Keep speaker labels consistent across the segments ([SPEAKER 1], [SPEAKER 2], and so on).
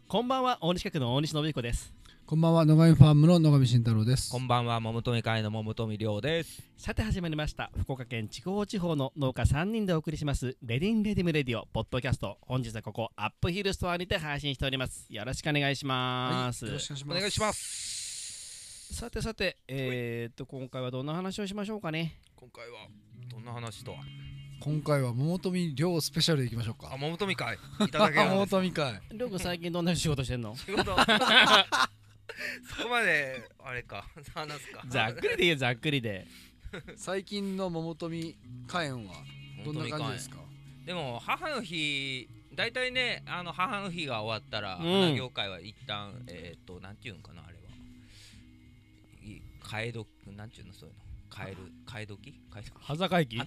[SPEAKER 1] こんばんは、大西企画の大西信彦です。
[SPEAKER 2] こんばんは、野上ファームの野上慎太郎です。
[SPEAKER 3] こんばんは、桃富会の桃富亮です。
[SPEAKER 1] さて始まりました、福岡県筑豊地方の農家3人でお送りしますレディンレディムレディオポッドキャスト。本日はここアップヒルストアにて配信しております。よろしくお願いします。
[SPEAKER 2] よろしく
[SPEAKER 3] お願いします。
[SPEAKER 1] さて、今回はどんな話をしましょうかね。
[SPEAKER 3] 今回はどんな話とは。
[SPEAKER 2] 今回は桃富亮スペシャルでいきましょうか。
[SPEAKER 3] 桃富会いただけるんです。
[SPEAKER 2] 桃富会。
[SPEAKER 1] りょうくん最近どんな仕事してんの？
[SPEAKER 3] 仕事そこまであれか話すか。
[SPEAKER 1] ざっくりでいいよ、ざっくりで。
[SPEAKER 2] 最近の桃富花園はどんな感じですか？
[SPEAKER 3] でも母の日だいたいね、母の日が終わったら、花業界は一旦なんていうのかな、あれは替え時、なんていうの、そういうの替え時
[SPEAKER 1] 端境期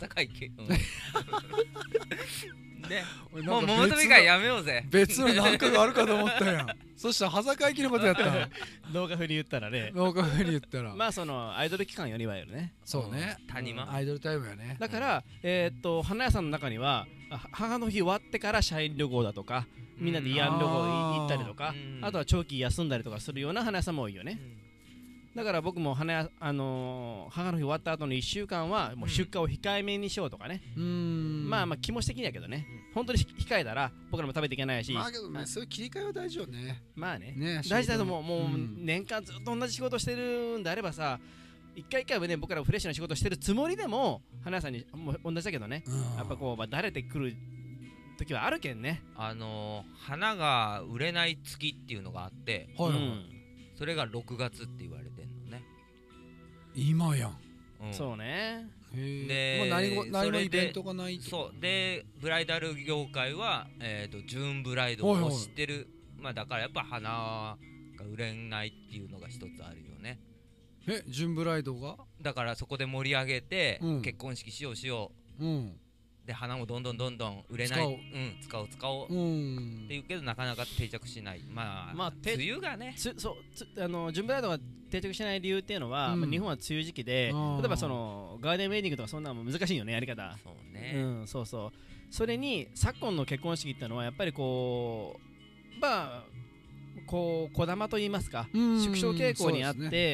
[SPEAKER 3] ね、もう桃富会やめようぜ。
[SPEAKER 2] 別の何かがあるかと思ったやん。そしたら端境期のことやったら
[SPEAKER 1] 農家風に言ったらね、
[SPEAKER 2] 農家風に言ったら
[SPEAKER 1] まあそのアイドル期間よりはよね。
[SPEAKER 2] そうね、
[SPEAKER 3] 谷間
[SPEAKER 2] アイドルタイムやね。
[SPEAKER 1] だから花屋さんの中には母の日終わってから社員旅行だとか、みんなで慰安旅行行ったりとか、あとは長期休んだりとかするような花屋さんも多いよね。だから僕も母の日終わった後の1週間はもう出荷を控えめにしようとかね。まあ気持ち的にやけどね、本当に控えたら僕らも食べていけないし、
[SPEAKER 2] まあけどね、そういう切り替えは大事よね。
[SPEAKER 1] まあね、大事だと思う。もう年間ずっと同じ仕事してるんであればさ、一回はね、僕らフレッシュな仕事してるつもりでも花屋さんにも同じだけどね、やっぱこう慣れてくる時はあるけんね。
[SPEAKER 3] 花が売れない月っていうのがあって、それが6月って言われてんのね。
[SPEAKER 2] 今やん。
[SPEAKER 1] そうね。
[SPEAKER 2] で、もう何もイベントがないと。
[SPEAKER 3] そうで、ブライダル業界はジューンブライドを知ってる。まあだからやっぱ花が売れないっていうのが一つあるよね。
[SPEAKER 2] ジューンブライドが
[SPEAKER 3] だからそこで盛り上げて、結婚式しよう、で花もどんどん売れない、使おうって言うけどなかなか定着しない。まあ梅雨がね、
[SPEAKER 1] そうジューンブライドが定着しない理由っていうのは、日本は梅雨時期で、例えばそのガーデンウェディングとかそんなのも難しいよね、やり方。
[SPEAKER 3] そうね、
[SPEAKER 1] それに昨今の結婚式っていうのはやっぱりこうこだまと言いますか、縮小傾向にあって、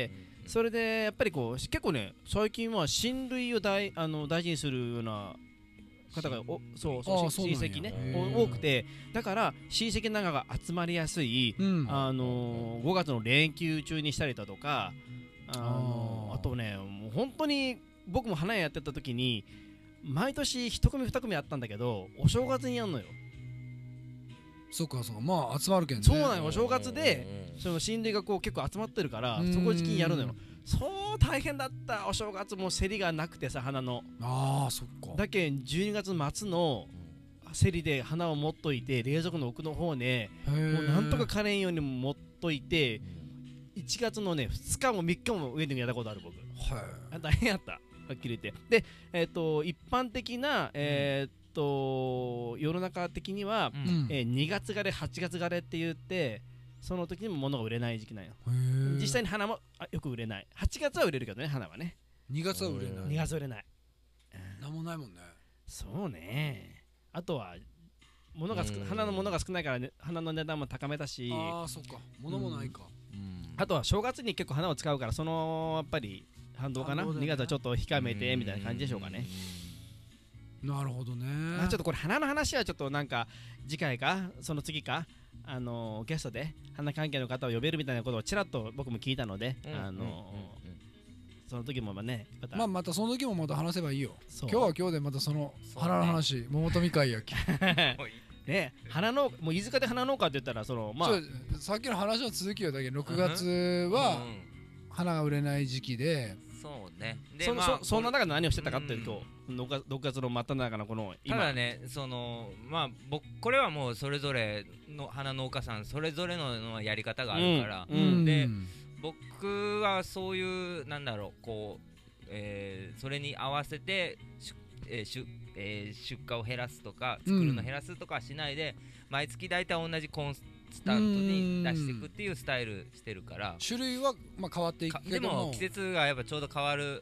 [SPEAKER 1] それでやっぱりこう結構ね、最近は親類を大事にするような方が親戚ね多くて、だから親戚仲が集まりやすい、5月の連休中にしたりだとか、あとね、もう本当に僕も花屋やってた時に毎年1組2組あったんだけど、お正月にやんのよ。
[SPEAKER 2] そうか、まあ集まるけんね。
[SPEAKER 1] そうなのよ、お正月でその親類がこう結構集まってるから、そこ時期にやるのよ。そう大変だった。お正月も競りがなくてさ、花の。
[SPEAKER 2] そっか。
[SPEAKER 1] だけん12月末の競りで花を持っといて、冷蔵庫の奥の方ね、もうなんとか枯れんように持っといて、1月のね2日も3日もウェディングやったことある僕。大変やった、はっきり言って。で、一般的な世の中的には、2月枯れ8月枯れって言って、その時にも物が売れない時期なんよ。実際に花もよく売れない。8月は売れるけどね、花はね。
[SPEAKER 2] 2月は売れない。
[SPEAKER 1] 2月売れない。
[SPEAKER 2] なんもないもんね。
[SPEAKER 1] そうね。あとは花の物が少ないから、ね、花の値段も高めだし。
[SPEAKER 2] そっか、物もないか。
[SPEAKER 1] あとは正月に結構花を使うから、そのやっぱり反動かな。2月はちょっと控えめてみたいな感じでしょうかね。
[SPEAKER 2] なるほどね。
[SPEAKER 1] ちょっとこれ花の話はちょっとなんか次回かその次かゲストで花関係の方を呼べるみたいなことをちらっと僕も聞いたので、その時もね、
[SPEAKER 2] またその時もまた話せばいいよ。今日は今日でまたその花の話、桃富会やき
[SPEAKER 1] ね、花のもう飯塚で花農家って言ったら、その
[SPEAKER 2] さっきの話の続きはだけど、6月は花が売れない時期で、
[SPEAKER 3] そうね。
[SPEAKER 1] そんな中で何をしてたかっていうと、6月の真っただ中のこの
[SPEAKER 3] 今。ただね、これはもうそれぞれの花農家さんそれぞれのやり方があるから、で僕はそういうなんだろう、こう、それに合わせて出荷を減らすとか作るの減らすとかしないで、毎月大体同じコンスタントに出していくっていうスタイルしてるから、
[SPEAKER 2] 種類は変わっていくけども、
[SPEAKER 3] でも季節がやっぱちょうど変わる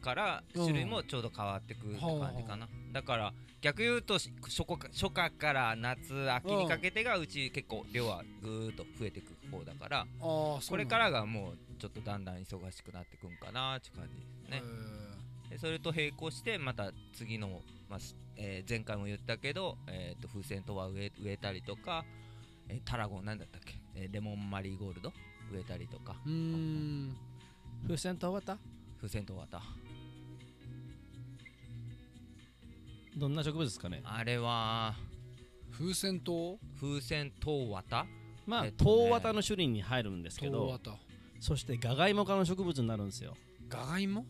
[SPEAKER 3] から種類もちょうど変わってくって感じかな。だから逆言うと初夏から夏秋にかけてがうち結構量はぐーっと増えてく方だから、これからがもうちょっとだんだん忙しくなってくんかなって感じですね。でそれと並行してまた次の、前回も言ったけど、風船とは植えたりとか、タラゴンなんだったっけ、レモンマリーゴールド植えたりとか。
[SPEAKER 1] 風船と綿どんな植物ですかね。
[SPEAKER 3] あれは
[SPEAKER 2] 風船と
[SPEAKER 3] 綿、
[SPEAKER 1] まあ唐綿の種類に入るんですけど、
[SPEAKER 2] 綿、
[SPEAKER 1] そしてガガイモ科の植物になるんですよ。
[SPEAKER 2] ガガイモ？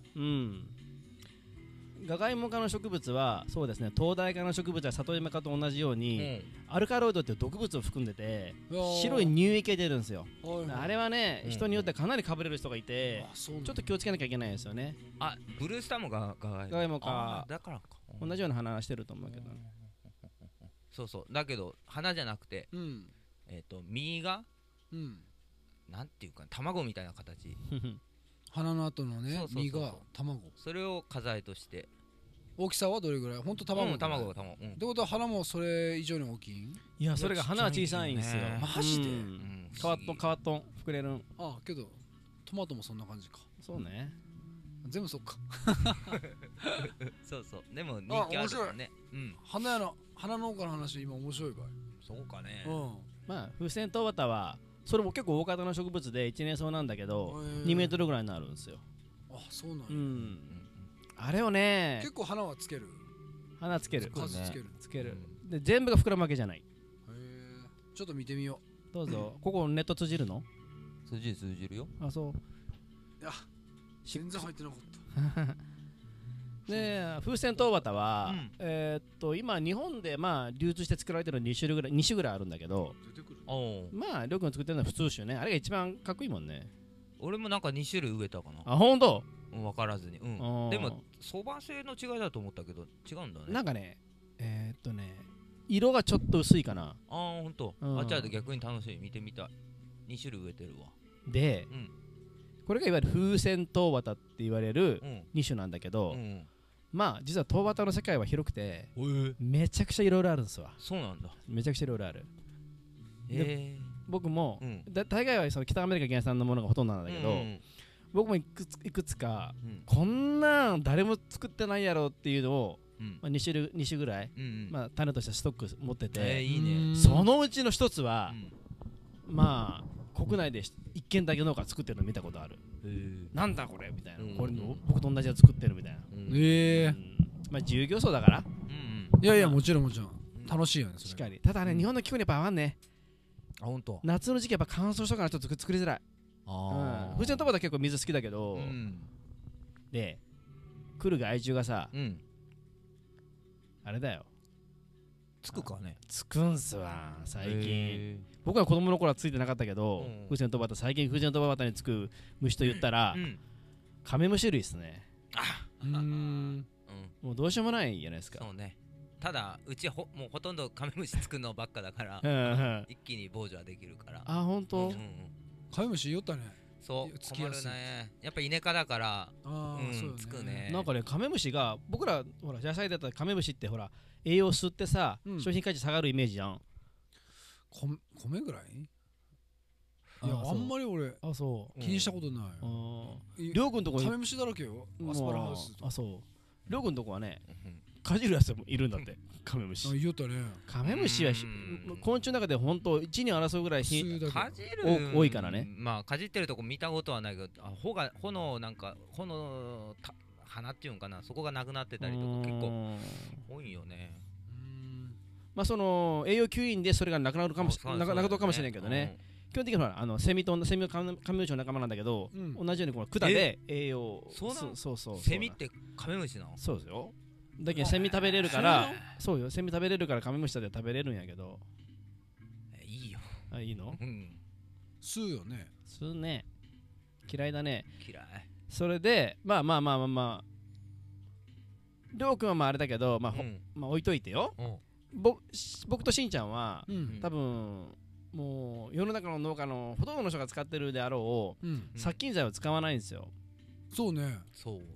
[SPEAKER 1] ガガイモ科の植物はそうですね、灯台科の植物は里芋科と同じように、アルカロイドっていう毒物を含んでて白い乳液が出るんですよ。あれはね、人によってかなりかぶれる人がいて、ちょっと気をつけなきゃいけないですよね。
[SPEAKER 3] ブルースターもガ
[SPEAKER 1] ガイモ科
[SPEAKER 3] だからか、
[SPEAKER 1] 同じような花してると思うけど、
[SPEAKER 3] そうだけど花じゃなくて、実が、なんていうか卵みたいな形
[SPEAKER 2] 花の後のね、実が卵、
[SPEAKER 3] それを花材として。
[SPEAKER 2] 大きさはどれぐらい？ほんと卵？
[SPEAKER 3] 卵って
[SPEAKER 2] ことは花もそれ以上に大きい？
[SPEAKER 1] いや、それが花は小さいんですよ。
[SPEAKER 2] マジで？
[SPEAKER 1] 皮とん膨れるん。
[SPEAKER 2] けどトマトもそんな感じか。
[SPEAKER 1] そうね、
[SPEAKER 2] 全部そっか
[SPEAKER 3] そうでも人気あるからね。
[SPEAKER 2] 花農家の話今面白い場合。
[SPEAKER 3] そうかね。
[SPEAKER 1] まあ風船と綿はそれも結構大型の植物で一年草なんだけど2メートルぐらいになるんですよ。
[SPEAKER 2] そうなんや。
[SPEAKER 1] あれをね、
[SPEAKER 2] 結構花はつける。
[SPEAKER 1] 花つける。
[SPEAKER 2] 数つける。
[SPEAKER 1] で全部が膨らむわけじゃない。
[SPEAKER 2] ちょっと見てみよ
[SPEAKER 1] う。どうぞ。ここネット通じるの？
[SPEAKER 3] 通じるよ。
[SPEAKER 1] そう。
[SPEAKER 2] いや、全然入ってなかった。
[SPEAKER 1] で風船と綿は、今日本で流通して作られてるの2種ぐらいあるんだけど、まありょうくん作ってるのは普通種ね。あれが一番かっこいいもんね。
[SPEAKER 3] 俺もなんか2種類植えたかな。
[SPEAKER 1] ほんと？
[SPEAKER 3] 分からずに。でも相場性の違いだと思ったけど違うんだね。
[SPEAKER 1] なんかね、色がちょっと薄いかな。
[SPEAKER 3] ほんと。じゃあ逆に楽しい、見てみたい。2種類植えてるわ。
[SPEAKER 1] で、これがいわゆる風船と綿って言われる2種なんだけど、まあ実はとう綿の世界は広くてめちゃくちゃいろいろあるんですわ。
[SPEAKER 3] そうなんだ。
[SPEAKER 1] めちゃくちゃいろいろある。僕も大概はその北アメリカ原産のものがほとんどなんだけど、僕もいくつかこんなん誰も作ってないやろっていうのを2種ぐらい種としてストック持ってて、そのうちの一つはまあ国内で一軒だけ農家作ってるの見たことある。なんだこれみたいな、これ僕と同じやつ作ってるみたいな。まあ自由競争だから。
[SPEAKER 2] いやいや、もちろん楽しいよね。
[SPEAKER 1] しっかり。ただね、日本の気候にやっぱ合わんね。夏の時期やっぱ乾燥しとかなちょっと作りづらい。風船と綿結構水好きだけど、で来る害虫がさ、あれだよ、
[SPEAKER 3] つくかね。
[SPEAKER 1] つくんすわ最近。僕は子供の頃はついてなかったけど、風船と綿、最近風船と綿につく虫と言ったらカメムシ類っすね。もうどうしようもないじゃないですか。
[SPEAKER 3] そうね。ただうちもうほとんどカメムシつくのばっかだから一気に防除はできるから。
[SPEAKER 1] ほんと？
[SPEAKER 2] カメムシいよったね。
[SPEAKER 3] そう困るね。やっぱイネ科だからつくね。
[SPEAKER 1] なんかね、カメムシが僕らほら野菜だったらカメムシってほら栄養吸ってさ、商品価値下がるイメージじゃん。
[SPEAKER 2] 米ぐらい？いや、あんまり俺気にしたことない。
[SPEAKER 1] りょうくんとこ
[SPEAKER 2] カメムシだらけよ。アスパラハウス。
[SPEAKER 1] そう。りょうくんとこはね、かじるやつもいるんだって。カメムシ。
[SPEAKER 2] 言うたね。
[SPEAKER 1] カメムシは昆虫の中で本当一に争うぐらい
[SPEAKER 3] かじる
[SPEAKER 1] 多いからね。
[SPEAKER 3] まあかじってるとこ見たことはないけど、炎なんか炎花っていうんかな、そこがなくなってたりとか結構多いよね。
[SPEAKER 1] まあその栄養吸引でそれがなくなるかもしれないけどね。基本的にはセミカメムシの仲間なんだけど、同じようにこの管で栄養。そう
[SPEAKER 3] セミってカメムシなの？
[SPEAKER 1] そうですよ。だけどセミ食べれるから、そうよ、セミ食べれるからカメムシで食べれるんやけど。
[SPEAKER 3] いいよ。
[SPEAKER 1] いいの？
[SPEAKER 2] 吸うよね。
[SPEAKER 1] 吸うね。嫌いだね。
[SPEAKER 3] 嫌い。
[SPEAKER 1] それでまありょうくんはあれだけど、まあ置いといてよ。僕としんちゃんは多分もう世の中の農家のほとんどの人が使ってるであろう殺菌剤を使わないんですよ。
[SPEAKER 2] そうね。
[SPEAKER 3] そう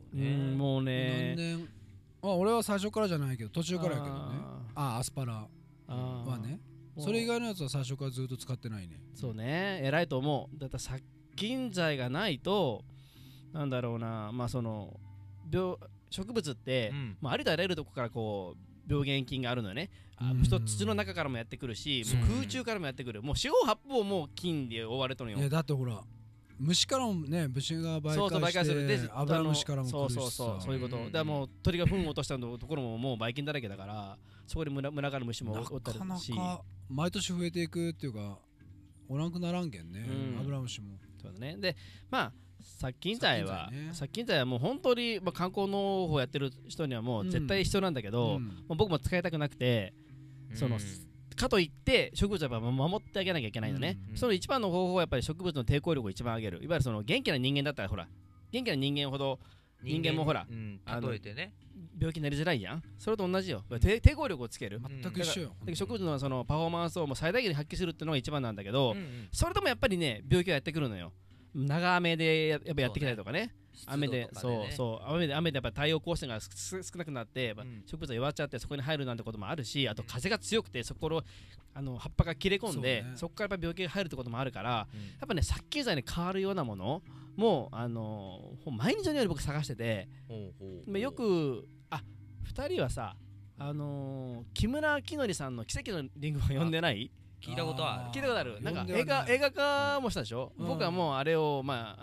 [SPEAKER 3] ね。
[SPEAKER 1] もうね、
[SPEAKER 2] 何年、俺は最初からじゃないけど途中からやけどね。アスパラはね、それ以外のやつは最初からずっと使ってないね。
[SPEAKER 1] そうね、偉いと思う。だって殺菌剤がないと、なんだろうな、まあその植物って、ありとあらゆるとこからこう病原菌があるのよね。土の中からもやってくるし、空中からもやってくる。もう四方八方もう菌で覆われとるよ。
[SPEAKER 2] いやだってほら虫からもね、虫が媒介して、アブラムシからも来るしさ、
[SPEAKER 1] そういうこと。だからもう鳥が糞を落としたところももうばい菌だらけだから、そこで群がる虫もおったりし、
[SPEAKER 2] なかなか毎年増えていくっていうか、おらんくならんけんね、アブラムシも。
[SPEAKER 1] そうだね。で、まあ殺菌剤はもう本当に観光農法やってる人にはもう絶対必要なんだけど、僕も使いたくなくて、そのかといって植物はやっぱ守ってあげなきゃいけないのね。その一番の方法はやっぱり植物の抵抗力を一番上げる。いわゆるその元気な人間だったらほら、元気な人間ほど人間もほら、
[SPEAKER 3] 例えてね、
[SPEAKER 1] 病気になりづらいやん。それと同じよ。抵抗力をつける。
[SPEAKER 2] 全く一緒よ。
[SPEAKER 1] 植物のそのパフォーマンスをもう最大限に発揮するっていうのが一番なんだけど、それともやっぱりね、病気がやってくるのよ。長雨でやっぱやってきたりとかね。雨で雨でやっぱ太陽光線が少なくなって植物が弱っちゃってそこに入るなんてこともあるし、あと風が強くてそこを葉っぱが切れ込んでそこからやっぱ病気が入るってこともあるから、やっぱね殺菌剤に変わるようなものも毎日のように僕探してて、よく2人はさ木村木のりさんの奇跡のリングを読んでない？
[SPEAKER 3] 聞いたことあ
[SPEAKER 1] る。なんか映画化もしたでしょ。僕はもうあれを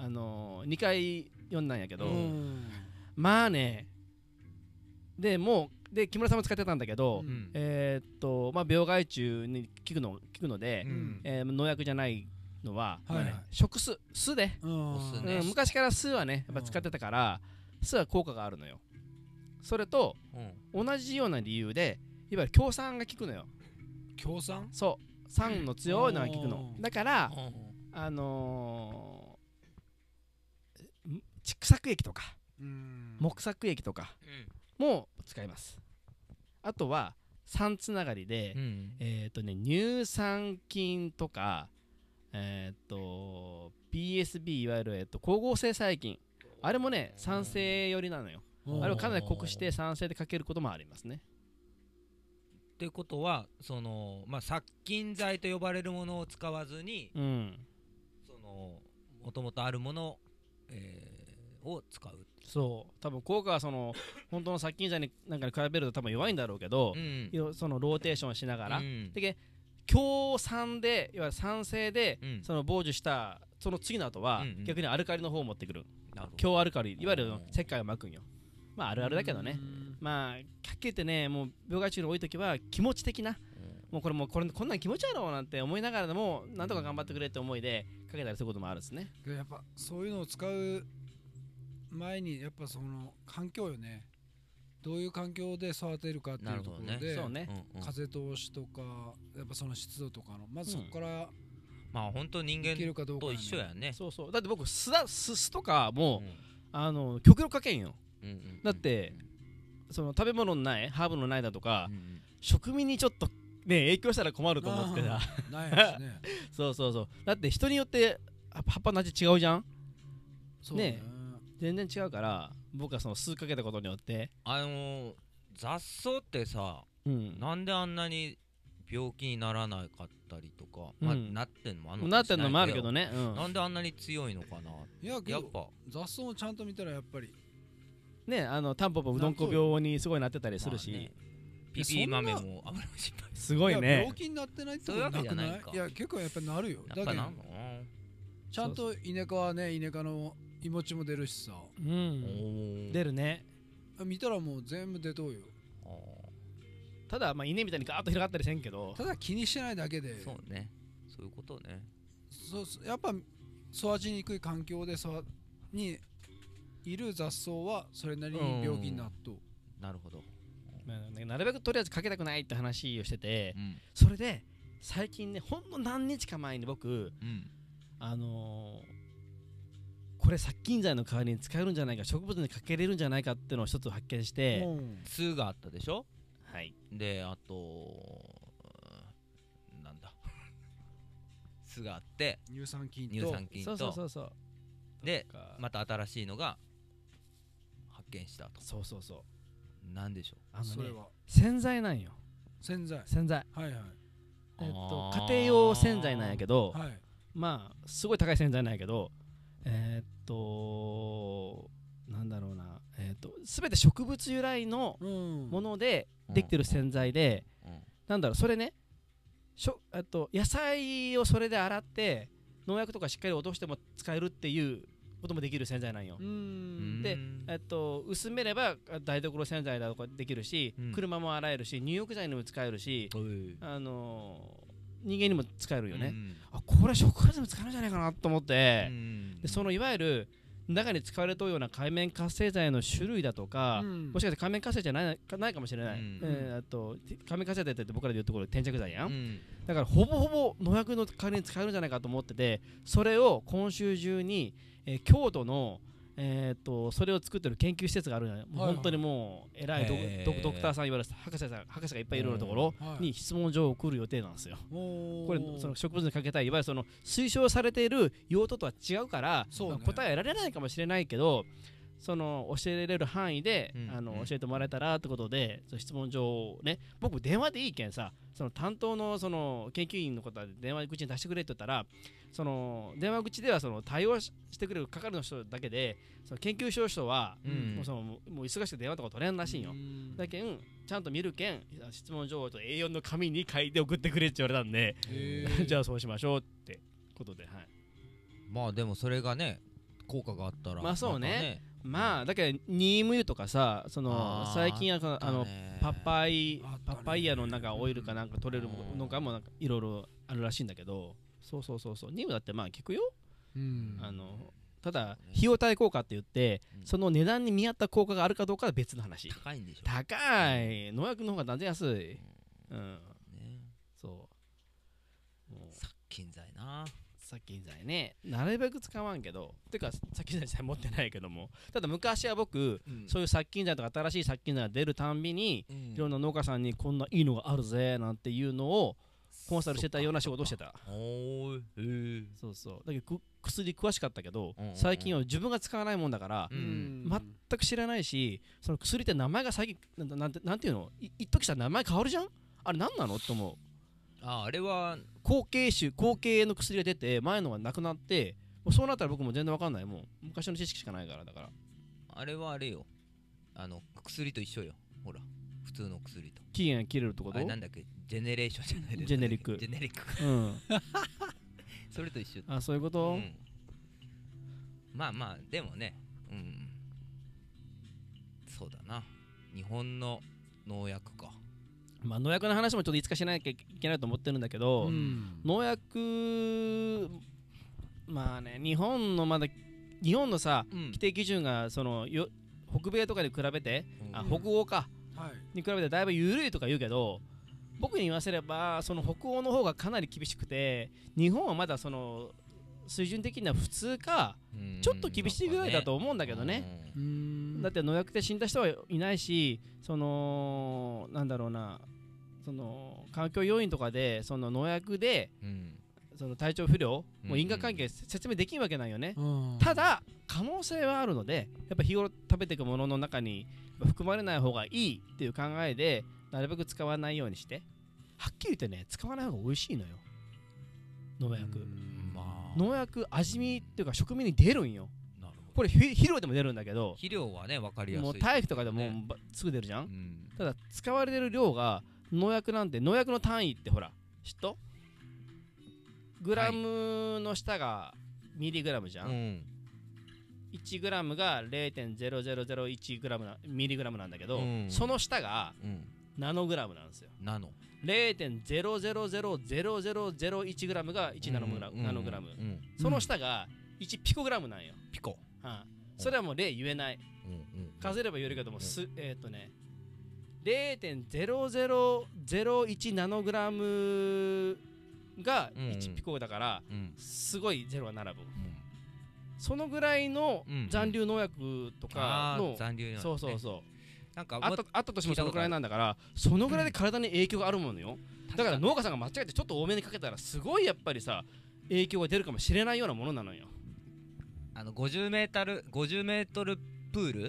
[SPEAKER 1] 2回読んだんやけど、まあね、で木村さんも使ってたんだけど、病害虫に効くので、農薬じゃないのは食酢で、昔から酢はねやっぱ使ってたから酢は効果があるのよ。それと同じような理由でいわゆる強酸が効くのよ。
[SPEAKER 2] 強酸？
[SPEAKER 1] そう、酸の強いのが効くのだから、畜作液とか木作液とかも使います。あとは酸つながりで、乳酸菌とかPSB いわゆる光合成細菌、あれもね酸性寄りなのよ。あれをかなり濃くして酸性でかけることもありますね。
[SPEAKER 3] ってことはその、殺菌剤と呼ばれるものを使わずに、そのもともとあるもの、を使う。
[SPEAKER 1] そう多分効果はその本当の殺菌剤なんかに比べると多分弱いんだろうけど、そのローテーションしながら、で強酸でいわゆる酸性で、その防除したその次の後は、逆にアルカリの方を持ってくる。強アルカリいわゆる石灰をまくんよ。あるあるだけどね。はっきり言ってね、もう病害虫に多い時は気持ち的な、もうこんなん気持ち悪いなんて思いながらでもなんとか頑張ってくれって思いでかけたりすることもあるんですね。
[SPEAKER 2] やっぱそういうのを使う前にやっぱその環境よね。どういう環境で育てるかっていうところで、風通しとかやっぱその湿度とかのまずそこから、
[SPEAKER 3] 本当人間と一緒やね。
[SPEAKER 1] そうだって僕酢とかも極力かけんよ。だってその食べ物のないハーブのないだとか、食味にちょっとね影響したら困ると思ってさ
[SPEAKER 2] ないしね
[SPEAKER 1] そうだって人によって葉っぱの味違うじゃん。
[SPEAKER 2] そうね、
[SPEAKER 1] 全然違うから僕はその酢かけたことによって
[SPEAKER 3] 雑草ってさ、なんであんなに病気にならなかったりとか、なってんのもあるのかもしれないけど、
[SPEAKER 1] なってんのもあるけどね、
[SPEAKER 3] なんであんなに強いのかな。
[SPEAKER 2] やっぱ雑草をちゃんと見たらやっぱり
[SPEAKER 1] ね、タンポポうどんこ病にすごいなってたりするし、
[SPEAKER 3] ピピ豆も危ないし
[SPEAKER 1] すごいね。
[SPEAKER 2] 病気になってないってことなくない？いや結構やっぱなるよ。
[SPEAKER 3] だけど
[SPEAKER 2] ちゃんとイネ科はね、イネ科のいもちも出るしさ、
[SPEAKER 1] 出るね。
[SPEAKER 2] 見たらもう全部出とうよ。
[SPEAKER 1] ただ稲みたいにガーッと広がったりせんけど、
[SPEAKER 2] ただ気にしてないだけで。
[SPEAKER 3] そうね、そういうことね。
[SPEAKER 2] そうやっぱ育ちにくい環境でにいる雑草はそれなりに病気になっと。
[SPEAKER 3] なるほど。
[SPEAKER 1] なるべくとりあえずかけたくないって話をしてて、それで最近ね、ほんの何日か前に僕、これ殺菌剤の代わりに使えるんじゃないか、植物にかけれるんじゃないかっていうのを一つ発見して、
[SPEAKER 3] 酢があったでしょ。
[SPEAKER 1] はい。
[SPEAKER 3] であとなんだ酢があって
[SPEAKER 2] 乳酸菌
[SPEAKER 1] とそう
[SPEAKER 3] でまた新しいのが発見したと。
[SPEAKER 1] そうそうそう、
[SPEAKER 3] なんでしょう、
[SPEAKER 2] それは
[SPEAKER 1] 洗剤なんよ。
[SPEAKER 2] 洗剤、はいはい、
[SPEAKER 1] 家庭用洗剤なんやけど、
[SPEAKER 2] はい、
[SPEAKER 1] まあすごい高い洗剤なんやけど、なんだろうな、全て植物由来のものでできてる洗剤で、なんだろう、それね、野菜をそれで洗って農薬とかしっかり落としても使えるっていうこともできる洗剤なんよ。で、薄めれば台所洗剤だとかできるし、車も洗えるし、入浴剤にも使えるし、人間にも使えるよね。あ、これ植物にも使えるんじゃないかなと思って、でそのいわゆる中に使われたような界面活性剤の種類だとか、もしかして界面活性じゃないかもしれない、界面活性剤って僕らで言うところ転着剤やん、だからほぼほぼ農薬の代わりに使えるんじゃないかと思ってて、それを今週中に、京都のそれを作ってる研究施設があるのよ。本当にもう偉いドクターさんいわゆる博士がいっぱいいるようなところに質問状を送る予定なんですよ。これその植物にかけたいいわゆるその推奨されている用途とは違うから、答えられないかもしれないけど、その教えられる範囲で教えてもらえたらってことで、その質問状をね、僕電話でいいけんさ、その担当のその研究員の方で電話口に出してくれって言ったら、その電話口ではその対応してくれる係の人だけで、その研究所の人はもう忙しくて電話とか取れんらしいんよ。だけんちゃんと見るけん質問状をA4 の紙に書いて送ってくれって言われたんでじゃあそうしましょうってことで、はい。
[SPEAKER 3] まあでもそれがね効果があったら、
[SPEAKER 1] まあそうね、まあだけどニーム油とかさ、その最近パパイヤのなんかオイルかなんか取れるのかもなんかいろいろあるらしいんだけど、そうニームだってまあ効くよ。ただ費用対効果って言って、その値段に見合った効果があるかどうかは別の話。
[SPEAKER 3] 高いんでしょ。
[SPEAKER 1] 高い、農薬の方が断然安い。そう。
[SPEAKER 3] 殺菌剤な。
[SPEAKER 1] 殺菌剤ね、なるべく使わんけど、てか殺菌剤自体持ってないけども、ただ昔は僕、そういう殺菌剤とか新しい殺菌剤が出るたんびに、いろんな農家さんにこんないいのがあるぜなんていうのをコンサルしてたような仕事をしてた。そうだけど薬詳しかったけど、最近は自分が使わないもんだから全く知らないし、その薬って名前が最近なんていうの、一時したら名前変わるじゃん。あれ何なのって思う。
[SPEAKER 3] あれは
[SPEAKER 1] 後継の薬が出て前のがなくなって、もうそうなったら僕も全然わかんない。もう昔の知識しかないから。だから
[SPEAKER 3] あれはあれよ、薬と一緒よ。ほら普通の薬と
[SPEAKER 1] 期限が切れるってこと。
[SPEAKER 3] あれなんだっけ、ジェネレーションじゃないですか。
[SPEAKER 1] ジェネリック
[SPEAKER 3] それと一緒。
[SPEAKER 1] あ、そういうこと、
[SPEAKER 3] まあでもね、そうだな、日本の農薬か。
[SPEAKER 1] まあ農薬の話もちょっといつかしなきゃいけないと思ってるんだけど、農薬、まあね、日本のさ、規定基準がその北米とかに比べて、北欧か、に比べてだいぶ緩いとか言うけど、僕に言わせればその北欧の方がかなり厳しくて、日本はまだその水準的には普通かちょっと厳しいぐらいだと思うんだけどね。だって農薬で死んだ人はいないし、そのなんだろうな、その環境要因とかでその農薬で、その体調不良、もう因果関係説明できんわけないよね。ただ可能性はあるので、やっぱ日頃食べていくものの中に含まれない方がいいっていう考えで、なるべく使わないようにして、はっきり言ってね、使わない方が美味しいのよ、農薬。農薬味見っていうか食味に出るんよ。これ肥料でも出るんだけど、
[SPEAKER 3] 肥料はね分かりやすい、
[SPEAKER 1] もう堆肥とかでもすぐ出るじゃん。ただ使われてる量が農薬なんて、農薬の単位ってほら知っと？グラムの下がミリグラムじゃん。1グラムが 0.0001 グラムミリグラムなんだけど、その下がナノグラムなんですよ。0.0000001 グラムが1ナノグラム、その下が1ピコグラムなんよ。
[SPEAKER 3] ピコ、
[SPEAKER 1] それはもう例言えない、数えれば言えるけども、0.0001 ナノグラムが1ピコだから、すごいゼロが並ぶ。そのぐらいの残留農薬とかの、そうなんかあったとしてもそのぐらいなんだから、そのぐらいで体に影響があるものよ。だから農家さんが間違えてちょっと多めにかけたら、すごいやっぱりさ影響が出るかもしれないようなものなのよ。
[SPEAKER 3] 50メートルプール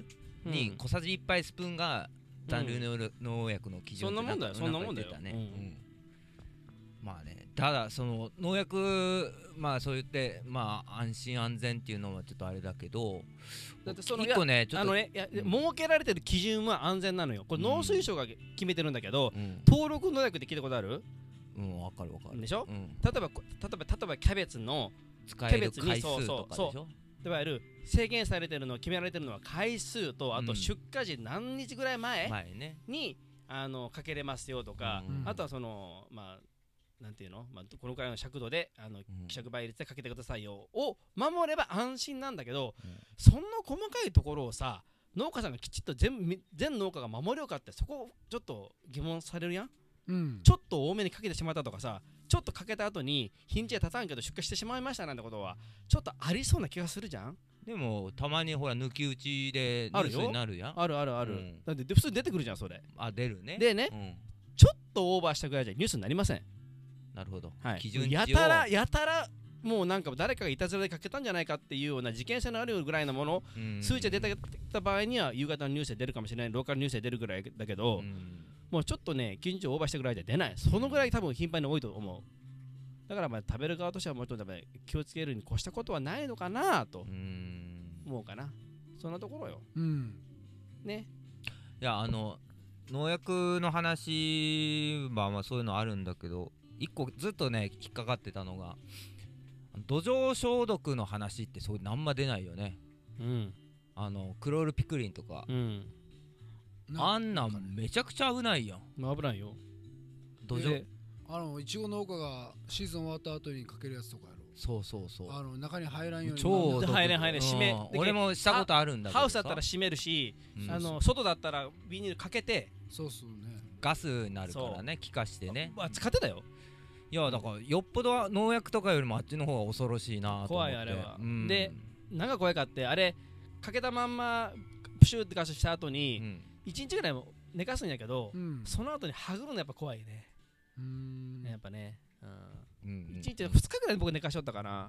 [SPEAKER 3] に小さじ1杯スプーンが残留農薬の基準ってなんか言ってたね。まあね、ただその農薬そう言って安心安全っていうのはちょっとあれだけど、
[SPEAKER 1] だってその1個ねちょっと設けられてる基準は安全なのよ。これ農水省が決めてるんだけど、登録農薬って聞いたことある？
[SPEAKER 3] 分かる
[SPEAKER 1] でしょ。例えばキャベツに
[SPEAKER 3] 使える回数とかでしょ。
[SPEAKER 1] いわゆる制限されてるの決められてるのは回数と、あと出荷時何日ぐらい前にかけれますよとか、あとはそのなんていうの、このくらいの尺度で希釈倍率でかけてくださいよを守れば安心なんだけど、そんな細かいところをさ農家さんがきちっと全農家が守れようかって、そこちょっと疑問されるやん。ちょっと多めにかけてしまったとかさ、ちょっとかけた後に日にちは経たんけど出荷してしまいましたなんてことはちょっとありそうな気がするじゃん。
[SPEAKER 3] でもたまにほら抜き打ちでニュースになるやん。
[SPEAKER 1] ある、だって普通に出てくるじゃんそれ。
[SPEAKER 3] 出るね。
[SPEAKER 1] でね、ちょっとオーバーしたぐらいじゃニュースになりません。
[SPEAKER 3] なるほど、
[SPEAKER 1] 基準値をやたらもうなんか誰かがいたずらでかけたんじゃないかっていうような事件性のあるぐらいのもの、数値が出た場合には夕方のニュースで出るかもしれない、ローカルニュースで出るぐらいだけど、もうちょっとね基準値をオーバーしたぐらいじゃ出ない。そのぐらい多分頻繁に多いと思う。だから食べる側としてはもうちょっと気をつけるに越したことはないのかなと思うかな。そんなところよ。ね。
[SPEAKER 3] いや農薬の話はそういうのあるんだけど、一個ずっとね引っかかってたのが土壌消毒の話ってそういうのあんま出ないよね。クロールピクリンとか、あんなんめちゃくちゃ危ないやん。
[SPEAKER 1] 危ないよ。
[SPEAKER 2] 土壌いちご農家がシーズン終わった後にかけるやつとかやろ。
[SPEAKER 3] そう
[SPEAKER 2] 中に入らんように。
[SPEAKER 1] 超入れ閉め。
[SPEAKER 3] 俺もしたことあるんだけど、
[SPEAKER 1] ハウスだったら閉めるし、外だったらビニールかけて、
[SPEAKER 3] ガスになるからね、気化してね。
[SPEAKER 1] 使ってたよ。
[SPEAKER 3] いやだからよっぽど農薬とかよりもあっちの方が恐ろしいなと思って。
[SPEAKER 1] 怖いあれは。で何が怖いかって、あれかけたまんまプシューってガスした後に1日ぐらい寝かすんやけど、その後にはぐるのやっぱ怖いね。やっぱね、1日2日ぐらい僕寝かしとったかな。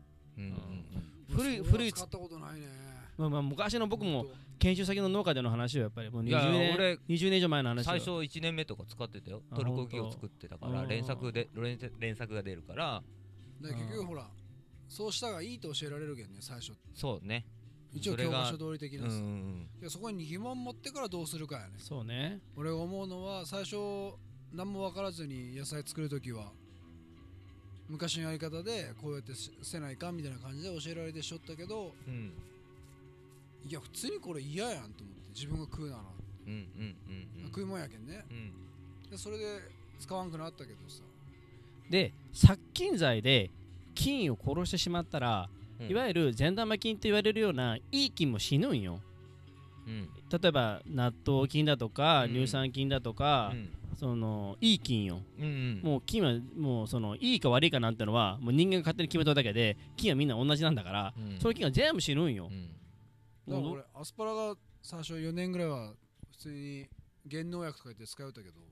[SPEAKER 2] 古い使ったことないね。
[SPEAKER 1] 昔の僕も研修先の農家での話はやっぱりもう20年以上前の話。
[SPEAKER 3] 最初1年目とか使ってたよ。トルコギを作ってたから連作が出るから。
[SPEAKER 2] 結局ほらそうしたがいいと教えられるけんね最初。
[SPEAKER 3] そうね。
[SPEAKER 2] 一応教科書通り的なさ。そこに疑問持ってからどうするかやね。
[SPEAKER 1] そうね。
[SPEAKER 2] 俺が思うのは最初何も分からずに野菜作るときは昔のやり方でこうやってせないかんみたいな感じで教えられてしょったけど、いや普通にこれ嫌やんと思って、自分が食うなら食いもんやけんね。でそれで使わんくなったけどさ。で
[SPEAKER 1] 殺菌剤で菌を殺してしまったら、いわゆる善玉菌と言われるようないい菌も死ぬんよ。例えば納豆菌だとか乳酸菌だとか、そのいい菌よ。もう菌はもうそのいいか悪いかなんてのはもう人間が勝手に決めただけで、菌はみんな同じなんだから、その菌は全部死ぬんよ。
[SPEAKER 2] だから俺アスパラが最初4年ぐらいは普通に減農薬とか言って使うたけど、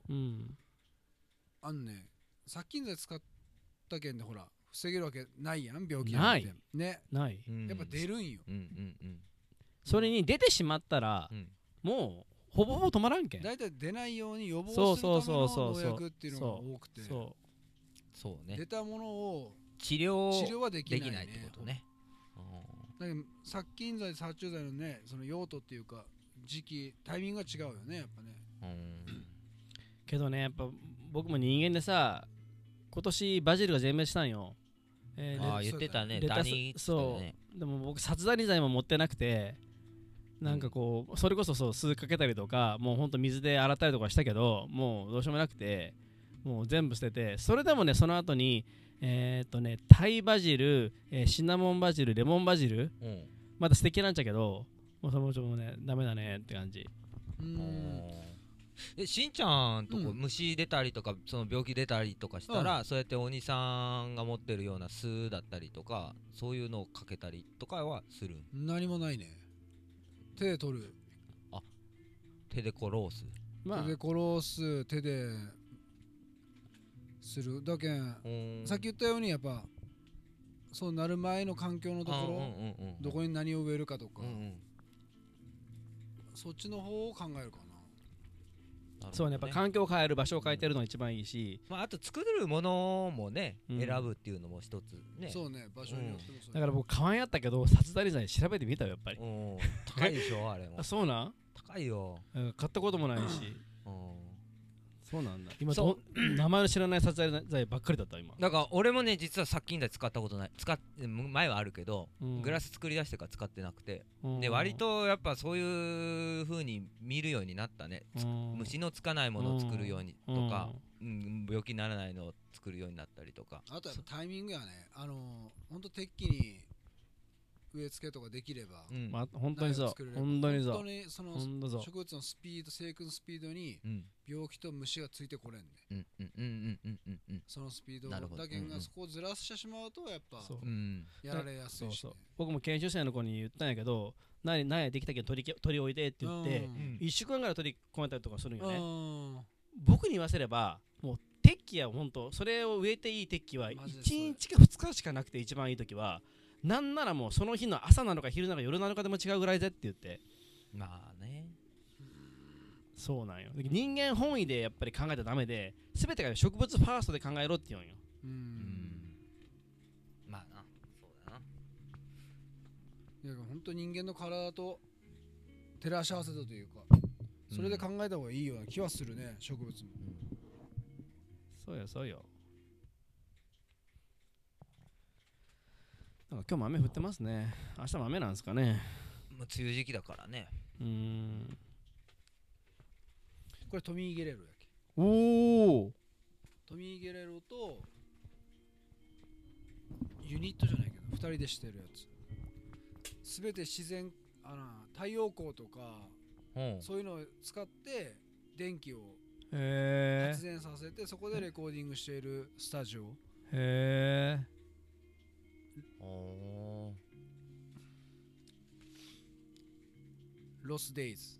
[SPEAKER 2] 殺菌剤使ったけんでほら防げるわけないやん、病気なんてね。ないやっぱ出るんよ。
[SPEAKER 1] それに出てしまったらもうほぼほぼ止まらんけん。
[SPEAKER 2] だいたい出ないように予防するための農薬っていうのが多くて、
[SPEAKER 3] そうね、
[SPEAKER 2] 出たものを
[SPEAKER 3] 治療
[SPEAKER 2] はできない
[SPEAKER 3] ってことね。
[SPEAKER 2] だけど殺菌剤殺虫剤のね、その用途っていうか時期タイミングが違うよねやっぱね。
[SPEAKER 1] けどねやっぱ僕も人間でさ、今年バジルが全滅したんよ。
[SPEAKER 3] 言ってたね。ダニ
[SPEAKER 1] そうでも僕殺ダニ剤も持ってなくて、なんかこうそれこそそう酢かけたりとかもうほんと水で洗ったりとかしたけど、もうどうしようもなくてもう全部捨てて、それでもねその後にタイバジル、シナモンバジル、レモンバジル、まだ素敵なんちゃけど、もうそのちょっとねダメだねって感じ。
[SPEAKER 3] しんちゃんとこ虫出たりとか、その病気出たりとかしたら、そうやってお兄さんが持ってるような酢だったりとかそういうのをかけたりとかはする？
[SPEAKER 2] 何もないね。手で取る。
[SPEAKER 3] 手で殺す。
[SPEAKER 2] 手で殺す、手でするだけん。さっき言ったようにやっぱそうなる前の環境のところ、どこに何を植えるかとか、 そっちの方を考えるかな。
[SPEAKER 1] そうね、やっぱ環境を変える、場所を変えてるのが一番いいし、
[SPEAKER 3] あと作るものもね、選ぶっていうのも一つね。
[SPEAKER 2] そうね、場所によってもそう。
[SPEAKER 1] だから僕買わんやったけど、札谷剤調べてみたよやっぱり。
[SPEAKER 3] 高いでしょあれも。
[SPEAKER 1] そうなん？
[SPEAKER 3] 高いよ。
[SPEAKER 1] 買ったこともないし。そうなんだ。今名前の知らない札谷剤ばっかりだった今。
[SPEAKER 3] だから俺もね実は殺菌剤使ったことない。前はあるけど、グラス作り出してから使ってなくて、で割とやっぱそういう風に見るようになったね。虫のつかないものを作るようにとか、病気にならないのを作るようになったりとか。
[SPEAKER 2] あとはタイミングやね。ほんと適期に植え付けとかできれば、
[SPEAKER 1] 本当にそう、本当にそう、
[SPEAKER 2] 本当にその植物のスピード、生育のスピードに病気と虫がついてこれんね。そのスピードだけがそこをずらしてしまうとやっぱやられやすいし。
[SPEAKER 1] 僕も研修生の子に言ったんやけど、何できたけど取り置いてって言って1週間ぐらい取り込めたりとかするんよね。僕に言わせればもう適期や本当それを植えていい適期は1日か2日しかなくて、一番いい時はなんならもうその日の朝なのか昼なのか夜なのかでも違うぐらいでって言って。
[SPEAKER 3] まあね、
[SPEAKER 1] そうなんよ。人間本位でやっぱり考えたらダメで、全てが植物ファーストで考えろって言うんよ。
[SPEAKER 3] まあな、そうだな。
[SPEAKER 2] いや本当人間の体と照らし合わせたというか、それで考えた方がいいような気はするね、植物も。
[SPEAKER 1] そうよそうよ。なんか今日も雨降ってますね。明日も雨なんですかね。
[SPEAKER 3] もう梅雨時期だからね。
[SPEAKER 2] これトミー・ゲレロやけ。
[SPEAKER 1] おお。
[SPEAKER 2] トミー・ゲレロとユニットじゃないけど2人でしてるやつ。すべて自然、太陽光とか、そういうのを使って電気を発電させて、そこでレコーディングしているスタジオ。
[SPEAKER 1] へえ。
[SPEAKER 2] ロスデイズ。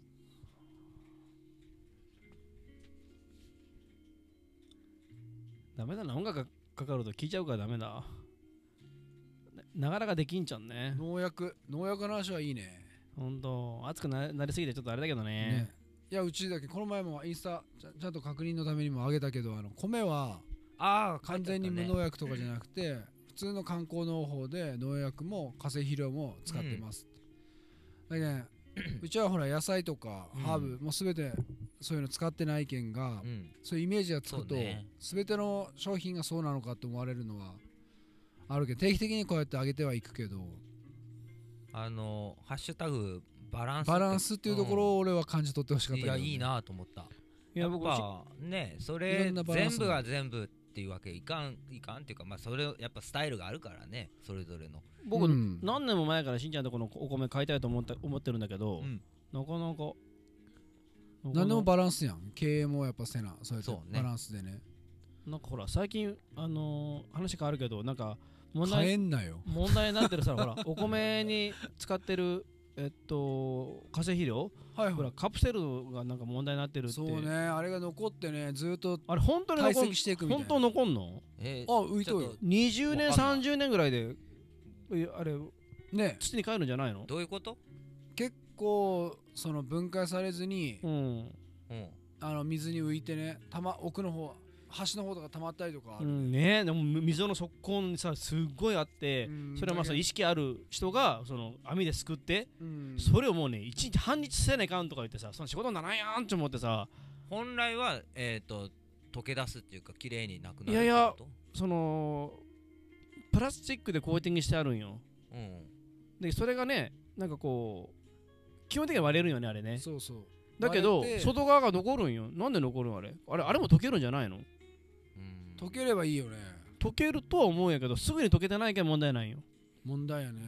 [SPEAKER 1] ダメだな、音楽がかかると聞いちゃうからダメだ。なかなかできんちゃんね。
[SPEAKER 2] 農薬の話はいいね。
[SPEAKER 1] ほんと熱くなりすぎてちょっとあれだけどね。
[SPEAKER 2] いやうちだけこの前もインスタちゃんと確認のためにもあげたけど、米は完全に無農薬とかじゃなくて、普通の観光農法で農薬も化成肥料も使ってます、だけどうちはほら野菜とかハーブも全てそういうの使ってないけんが、そういうイメージがつくと、全ての商品がそうなのかって思われるのはあるけど、定期的にこうやってあげてはいくけど、
[SPEAKER 3] ハッシュタグバランス
[SPEAKER 2] っていうところを俺は感じ取ってほしかったけど、
[SPEAKER 3] いやいいなと思った。
[SPEAKER 1] いや僕
[SPEAKER 3] はね、それ全部が全部っていうわけいかんっていうか、まあそれやっぱスタイルがあるからね、それぞれの。
[SPEAKER 1] 僕、何年も前からしんちゃんとこのお米買いたいと思ってるんだけど、なかなか
[SPEAKER 2] 何でもバランスやん。経営もやっぱせな、そうやってバランスでね。
[SPEAKER 1] なんかほら最近話変わるけど、なんか
[SPEAKER 2] 問題にな
[SPEAKER 1] ってるさ、ほらお米に使ってる化成肥料、ほらカプセルがなんか問題になってるって。
[SPEAKER 2] そうね、あれが残ってね、ずっと
[SPEAKER 1] あれ本当に
[SPEAKER 2] 堆積していくみたいな。
[SPEAKER 1] 本当残んの？
[SPEAKER 2] 浮いとるよ。
[SPEAKER 1] 20年30年ぐらいであれ
[SPEAKER 2] ね、
[SPEAKER 1] 土に帰るんじゃないの？
[SPEAKER 3] どういうこと？
[SPEAKER 2] 結構その分解されずに、水に浮いてね、奥の方端の方とか溜まったりとかある
[SPEAKER 1] ね。でも溝の底にさすっごいあって、それはまあ意識ある人がその網ですくって、それをもうね1日半日せないかんとか言ってさ、その仕事にならんやんって思ってさ。
[SPEAKER 3] 本来は溶け出すっていうか綺麗になくなる。
[SPEAKER 1] いやいや、そのプラスチックでコーティングしてあるんよ。でそれがね、なんかこう基本的に割れるんよね、あれね。
[SPEAKER 2] そうそう。
[SPEAKER 1] だけど外側が残るんよ。なんで残るんあれも溶けるんじゃないの？
[SPEAKER 2] 溶ければいいよね。
[SPEAKER 1] 溶けるとは思うんやけど、すぐに溶けてないけん問題ないよ。
[SPEAKER 2] 問題やね。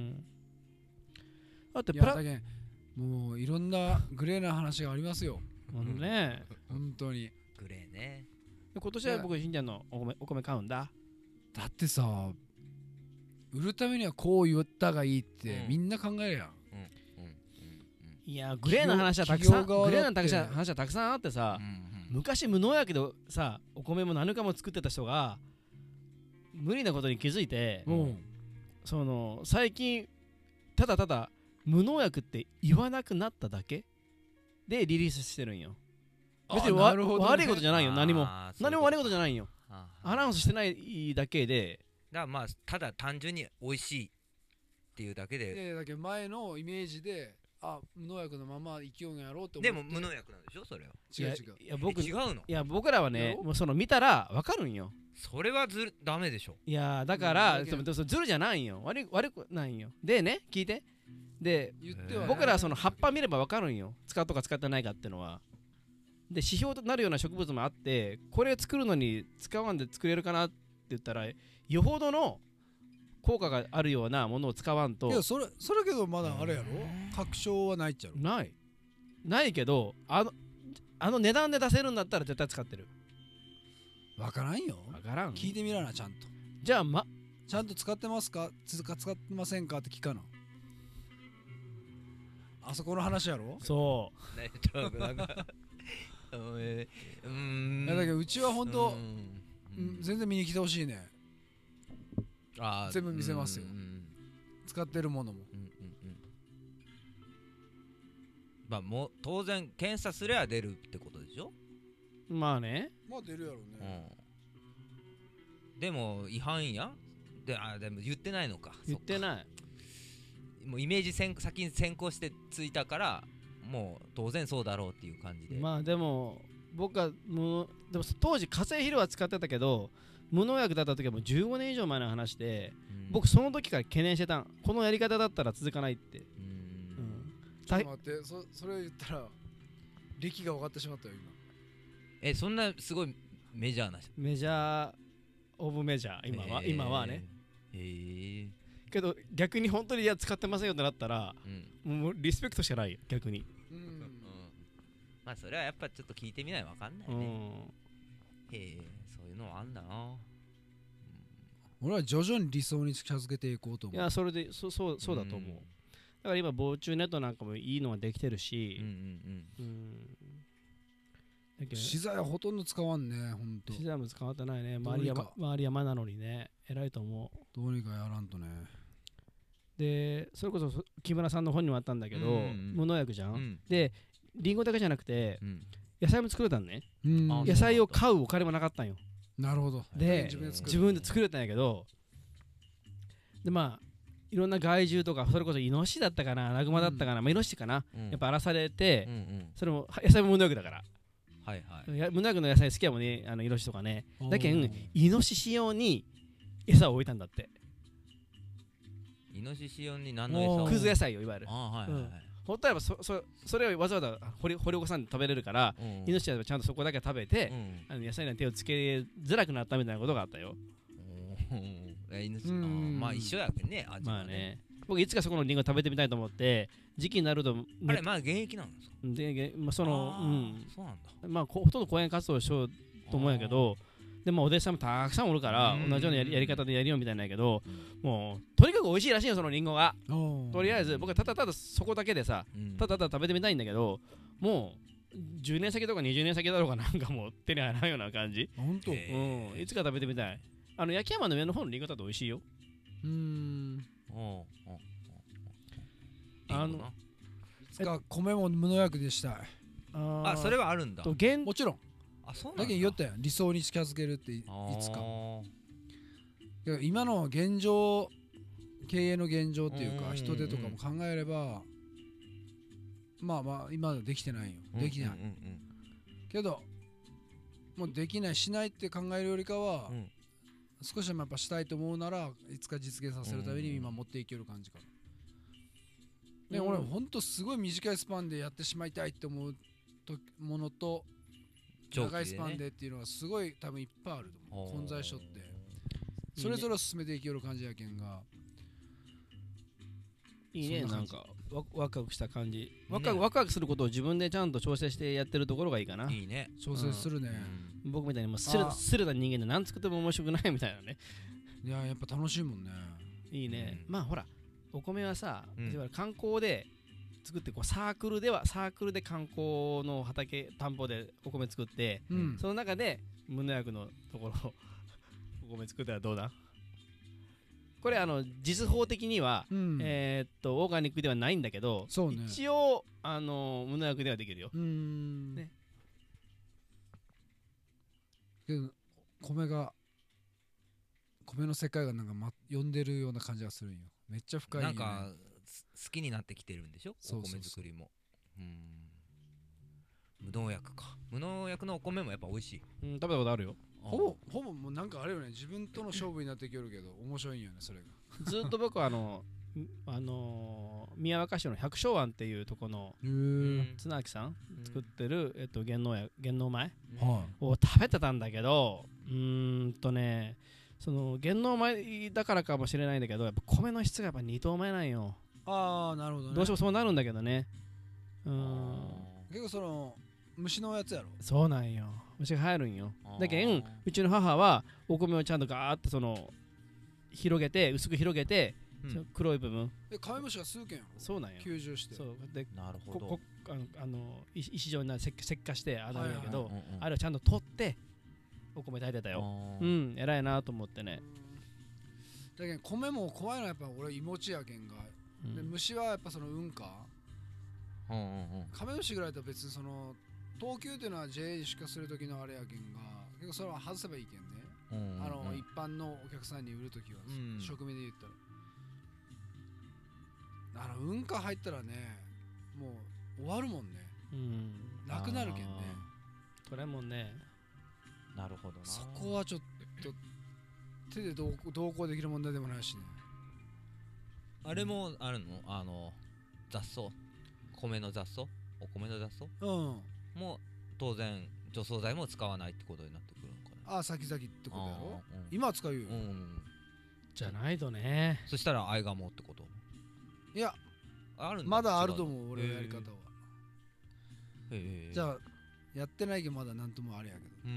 [SPEAKER 1] だって
[SPEAKER 2] もういろんなグレーな話がありますよ。
[SPEAKER 1] ね、
[SPEAKER 2] 本当に
[SPEAKER 3] グレーね。
[SPEAKER 1] 今年は僕しんちゃんのお米買うんだ。
[SPEAKER 2] だってさ、売るためにはこう言ったがいいってみんな考えるやん。
[SPEAKER 1] いやグレーな話はたくさんあってさ、昔無農薬でさお米も何かも作ってた人が無理なことに気づいて、その最近ただ無農薬って言わなくなっただけでリリースしてるんよ。別に悪いことじゃないよ。何も悪いことじゃないよ。アナウンスしてないだけで、
[SPEAKER 3] だからまあただ単純に美味しいっていうだけで、
[SPEAKER 2] だけど前のイメージで無農薬のまま勢いやろうと思って。
[SPEAKER 3] でも無農薬なんでしょそれは。
[SPEAKER 2] 違う。
[SPEAKER 3] いや違うの。
[SPEAKER 1] いや僕らはね、もうその見たら分かるんよ。
[SPEAKER 3] それはダメでしょ。
[SPEAKER 1] いやだからずるじゃないんよ。悪くないんよ。でね、聞いて。で僕らはその葉っぱ見れば分かるんよ。使うとか使ってないかってのは。で指標となるような植物もあって、これ作るのに使わんで作れるかなって言ったらよほどの効果があるようなものを使わんと。
[SPEAKER 2] いやそれけどまだあれやろ、確証はないっちゃろ。
[SPEAKER 1] ないけど、あの値段で出せるんだったら絶対使ってる。
[SPEAKER 2] 分からんよ。
[SPEAKER 1] 分からん。
[SPEAKER 2] 聞いてみらな、ちゃんと。
[SPEAKER 1] じゃあ
[SPEAKER 2] ちゃんと使ってますか使ってませんかって聞かな。あそこの話やろ。
[SPEAKER 1] そう
[SPEAKER 2] なんかいやだけどうちは本当全然見に来てほしいね。全部見せますよ。使ってるものも。
[SPEAKER 3] まあもう当然検査すれば出るってことでしょ。
[SPEAKER 1] まあね。
[SPEAKER 2] まあ出るやろね。
[SPEAKER 3] でも違反やでも言ってないのか。
[SPEAKER 1] 言ってない。
[SPEAKER 3] もうイメージ先に先行してついたからもう当然そうだろうっていう感じで。
[SPEAKER 1] まあでも僕はでも当時化成肥料は使ってたけど無農薬だった時はもう15年以上前の話で、僕その時から懸念してたん。このやり方だったら続かないって。
[SPEAKER 2] ちょっと待って、それを言ったら歴が分かってしまったよ
[SPEAKER 3] 今。そんなすごいメジャーな
[SPEAKER 1] メジャーオブメジャー今はね。けど逆に本当に使ってませんよってなったら、もうリスペクトしかないよ逆に。
[SPEAKER 3] まあそれはやっぱちょっと聞いてみないと分かんないね。そういうのはあんだな。
[SPEAKER 2] 俺は徐々に理想に近づけていこうと思う。
[SPEAKER 1] いやそれでそうだと思う。だから今防虫ネットなんかもいいのができてるし、
[SPEAKER 2] 資材はほとんど使わんね。ほんと
[SPEAKER 1] 資材も使わってないね。周り山なのにね、偉いと思う。
[SPEAKER 2] どうにかやらんとね。
[SPEAKER 1] でそれこそ木村さんの本にもあったんだけど、無農薬じゃん。でリンゴだけじゃなくて野菜も作れたんね。野菜を買うお金もなかったんよ。
[SPEAKER 2] なるほど。
[SPEAKER 1] で自分で作れたんやけど、でまあいろんな害獣とか、それこそイノシシだったかな、ナグマだったかな、イノシシかな、やっぱ荒らされて、それも野菜も無農薬だから、無農薬の野菜好きやもんね、イノシシとかね。だけんイノシシ用に餌を置いたんだって。
[SPEAKER 3] イノシシ用に何の餌を？
[SPEAKER 1] クズ野菜よ、いわゆる。ほったらばそれをわざわざ掘り起こさんで食べれるから、イノシシはちゃんとそこだけ食べて、野菜に手をつけづらくなったみたいなことがあったよ。
[SPEAKER 3] まあ一緒やけどね、味はね。
[SPEAKER 1] 僕いつかそこのリンゴ食べてみたいと思って、時期になると
[SPEAKER 3] あれまあ現役なんですか。
[SPEAKER 1] そうなんだ。まあほとんど講演活動をしようと思うんやけど、でもお弟子さんもたくさんおるから同じようなやり方でやるよみたいなんやけど、もうとにかく美味しいらしいよそのリンゴが。とりあえず僕はただそこだけでさ、ただ食べてみたいんだけど、もう10年先とか20年先だろうがなんかもう手に入らないような感じ。
[SPEAKER 2] 本当？
[SPEAKER 1] いつか食べてみたい。焼き山の上の方のリンゴだと美味しいよ。
[SPEAKER 2] いつか米も無農薬でしたい。
[SPEAKER 3] それはあるんだ。
[SPEAKER 2] もちろん。だけど言ったやん、理想に近づけるっていつか。今の現状、経営の現状っていうか人手とかも考えれば、まあ今はできてないよ。できない。けどもうできないしないって考えるよりかは、少しでもやっぱしたいと思うならいつか実現させるために今持っていける感じかな。で俺ほんとすごい短いスパンでやってしまいたいって思うものと長いスパンでっていうのはすごい多分いっぱいあると思う。混在しとってそれぞれ進めていける感じやけんが
[SPEAKER 1] いいね。なんかワクワクした感じ。ワクワクすることを自分でちゃんと調整してやってるところがいいかな。
[SPEAKER 3] いいね。
[SPEAKER 2] 調整するね。
[SPEAKER 1] 僕みたいにもうすれた人間で何作っても面白くないみたいなね。
[SPEAKER 2] いややっぱ楽しいもんね。
[SPEAKER 1] いいね。まあほらお米はさ、観光で作ってサークルで観光の畑田んぼでお米作って、その中で無農薬のところお米作ったらどうだ？ これ実法的には、オーガニックではないんだけど、一応無農薬ではできるよ。ね。
[SPEAKER 2] けど米の世界がなんか呼んでるような感じがするんよ。めっちゃ深いよね。
[SPEAKER 3] なんか好きになってきてるんでしょ、お米作りも。無農薬か。無農薬のお米もやっぱ美味しい。
[SPEAKER 1] 食べたことあるよ。
[SPEAKER 2] ほぼもうなんかあれよね、自分との勝負になってきよるけど面白いんよね、それが。
[SPEAKER 1] ずっと僕は宮若市の百姓庵っていうとこの綱明さん作ってる玄農米を食べてたんだけど、その玄農米だからかもしれないんだけど、やっぱ米の質がやっぱ二等米なんよ。
[SPEAKER 2] ああ、なるほどね。
[SPEAKER 1] どうしてもそうなるんだけどね。
[SPEAKER 2] 結構その虫のやつやろ。
[SPEAKER 1] そうなんよ、虫が入るんよ。だけんうちの母はお米をちゃんとガーッと広げて、薄く広げて、黒い部分
[SPEAKER 2] カメムシが数件やろ。
[SPEAKER 1] そうなんよ、
[SPEAKER 2] 吸収して。
[SPEAKER 1] そうで、
[SPEAKER 3] なるほど。
[SPEAKER 1] 石状に石化してあるんやけど、あれをちゃんと取ってお米炊いてたよ。偉いなと思ってね。
[SPEAKER 2] だけど米も怖いのはやっぱ俺いもちやけんが、で虫はやっぱそのカメムシぐらいと別にその等級っていうのは JA に出荷する時のあれやけんが、結構それは外せばいいけんね。一般のお客さんに売るときは、食味で言ったら入ったらね、もう終わるもんね。なくなるけんね。
[SPEAKER 1] それもね。
[SPEAKER 3] なるほどな。
[SPEAKER 2] そこはちょっと手で同行できる問題でもないしね。
[SPEAKER 3] あれもあるの？雑草、米の雑草、お米の雑草もう当然除草剤も使わないってことになってくるのかな。
[SPEAKER 2] 先々ってことやろ。今は使うよ。
[SPEAKER 1] じゃないとね。
[SPEAKER 3] そしたらアイガモってこと？
[SPEAKER 2] いや、まだあると思う、俺のやり方は。じゃあやってないけどまだなんともあれやけど、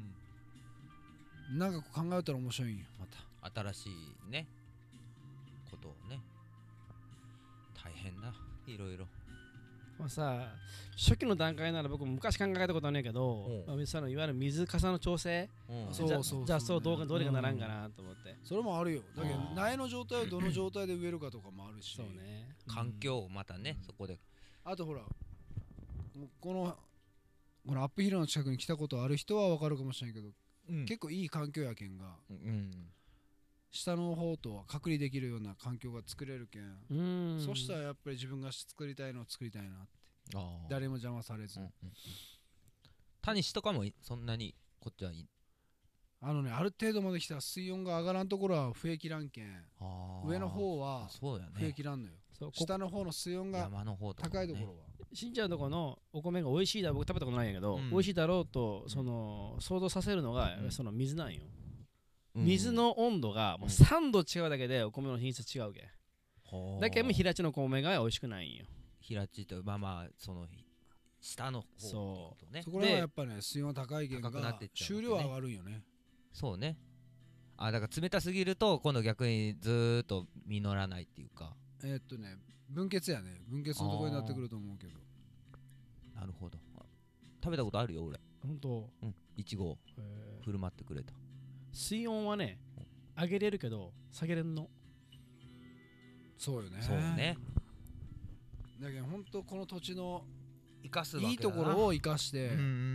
[SPEAKER 2] なんか考えたら面白いんよ。ま
[SPEAKER 3] た新しいねことをね。大変だ、いろいろ。
[SPEAKER 1] さ、初期の段階なら僕も昔考えたことはないけど、いわゆる水かさの調整、じゃあそうどれがならんかなと思って。
[SPEAKER 2] それもあるよ。だけど苗の状態をどの状態で植えるかとかもあるし、
[SPEAKER 1] そうね、
[SPEAKER 3] 環境をまたね、そこで。
[SPEAKER 2] あとほら、このアップヒルの近くに来たことある人は分かるかもしれないけど、結構いい環境やけんが、下の方とは隔離できるような環境が作れるけん、そしたらやっぱり自分が作りたいのを作りたいなって、誰も邪魔されず。
[SPEAKER 3] タニシとかもそんなにこっちはいい？
[SPEAKER 2] ある程度まで来たら水温が上がらんところは増えきらんけん、上の方は増えきらんのよ。下の方の水温が高いところは。
[SPEAKER 1] しんちゃんのとこのお米が美味しいだろう、僕食べたことないんやけど、美味しいだろうと想像させるのがその水なんよ。水の温度がもう3度違うだけでお米の品質違うけん。だけど平地の米が美味しくないんよ。
[SPEAKER 3] 平地とその下の方
[SPEAKER 2] とね。そこらはやっぱね、水温高いけんが収量は上がるんよね。
[SPEAKER 3] そうね。だから冷たすぎると今度逆にずーっと実らないっていうか。
[SPEAKER 2] 分血やね。分血のところになってくると思うけど。
[SPEAKER 3] なるほど。食べたことあるよ俺。
[SPEAKER 1] 本当？
[SPEAKER 3] いちご振る舞ってくれた。
[SPEAKER 1] 水温はね、上げれるけど下げれんの。
[SPEAKER 2] そうよね。
[SPEAKER 3] そうね。
[SPEAKER 2] だけど本当この土地の
[SPEAKER 3] 生かす
[SPEAKER 2] いいところを生かして、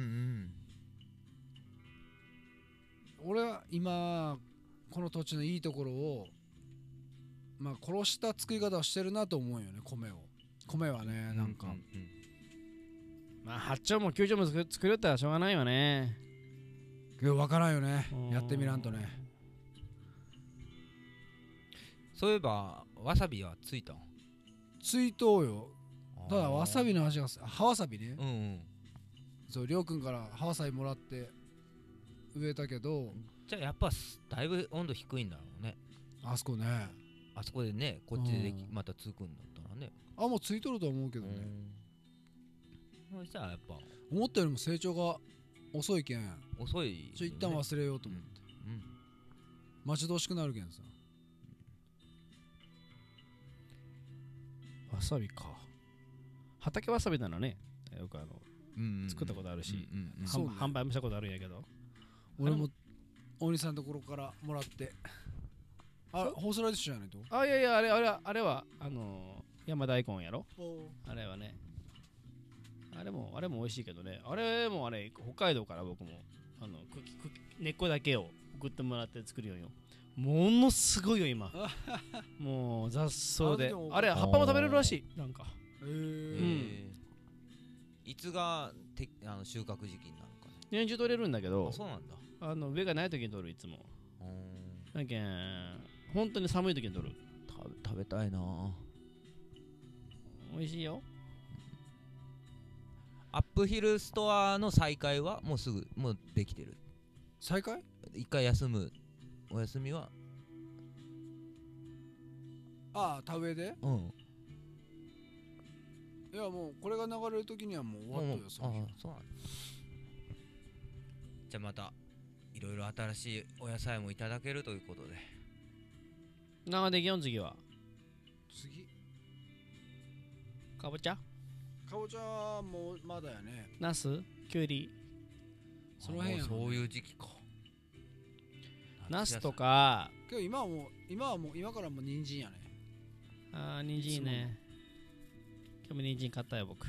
[SPEAKER 2] 俺は今この土地のいいところを殺した作り方をしてるなと思うよね。米はね、なんか
[SPEAKER 1] 8丁も9丁も作るったらしょうがないよね。
[SPEAKER 2] 分からんよね、やってみらんとね。
[SPEAKER 3] そういえばわさびはついたん？
[SPEAKER 2] ついとうよ。ただわさびの味が葉わさびね。そう、りょうくんから葉わさびもらって植えたけど、
[SPEAKER 3] じゃあやっぱだいぶ温度低いんだろうね。
[SPEAKER 2] あそこね。
[SPEAKER 3] あそこでね、こっちでまたつくんだったらね。
[SPEAKER 2] もうついとると思うけどね。
[SPEAKER 3] じゃあやっぱ
[SPEAKER 2] 思ったよりも成長が遅いけん。
[SPEAKER 3] 遅い。
[SPEAKER 2] 一旦忘れようと思って。待ち遠しくなるけんさ。
[SPEAKER 1] わさびか。畑わさびならね、よく作ったことあるし、販売もしたことあるんやけど。
[SPEAKER 2] 俺も大西さんのところからもらってホースラディッシュじゃないと。
[SPEAKER 1] いやいや、あれは山大根やろ。あれはね、あれも美味しいけどね。あれ北海道から僕も根っこだけを送ってもらって作るよ。ものすごいよ今。もう雑草で、あれ葉っぱも食べれるらしい。なんか。
[SPEAKER 3] いつが収穫時期になるかね。
[SPEAKER 1] 年中取れるんだけど、
[SPEAKER 3] そうなんだ。
[SPEAKER 1] 上がない時に取るいつも。だけん本当に寒い時に取る。
[SPEAKER 3] 食べたいな。
[SPEAKER 1] 美味しいよ。
[SPEAKER 3] アップヒルストアの再開はもうできてる。
[SPEAKER 2] 再開？
[SPEAKER 3] 一回休む。お休みは
[SPEAKER 2] 田植えで？いやもうこれが流れる時にはもう終わったよ。そうなんだ。
[SPEAKER 3] じゃあまたいろいろ新しいお野菜もいただけるということで。
[SPEAKER 1] 何ができよん次は？
[SPEAKER 2] 次
[SPEAKER 1] かぼちゃ
[SPEAKER 2] もまだやね。
[SPEAKER 1] ナスきゅうり
[SPEAKER 2] その辺や。
[SPEAKER 3] そういう時期か。
[SPEAKER 1] ナスとか。
[SPEAKER 2] けど今からもう人参やね。
[SPEAKER 1] 人参ね。今日も人参買ったよ僕。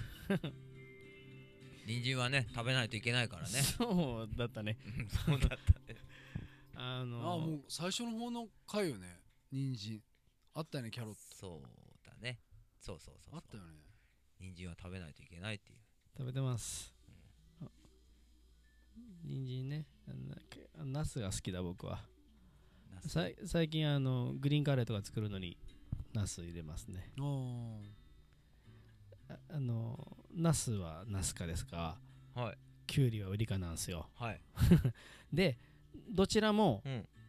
[SPEAKER 3] 人参はね食べないといけないからね。
[SPEAKER 1] そうだったね。
[SPEAKER 3] そうだったね。
[SPEAKER 2] もう最初の方の回よね。人参あったよね。キャロット。
[SPEAKER 3] そうだね。そう
[SPEAKER 2] あったよね。
[SPEAKER 3] 人参は食べないといけないっていう。
[SPEAKER 1] 食べてます。人参ね。ナスが好きだ僕は。最近グリーンカレーとか作るのにナス入れますね。ナスはナス科ですが、キュウリはウリ科なんですよ。でどちらも、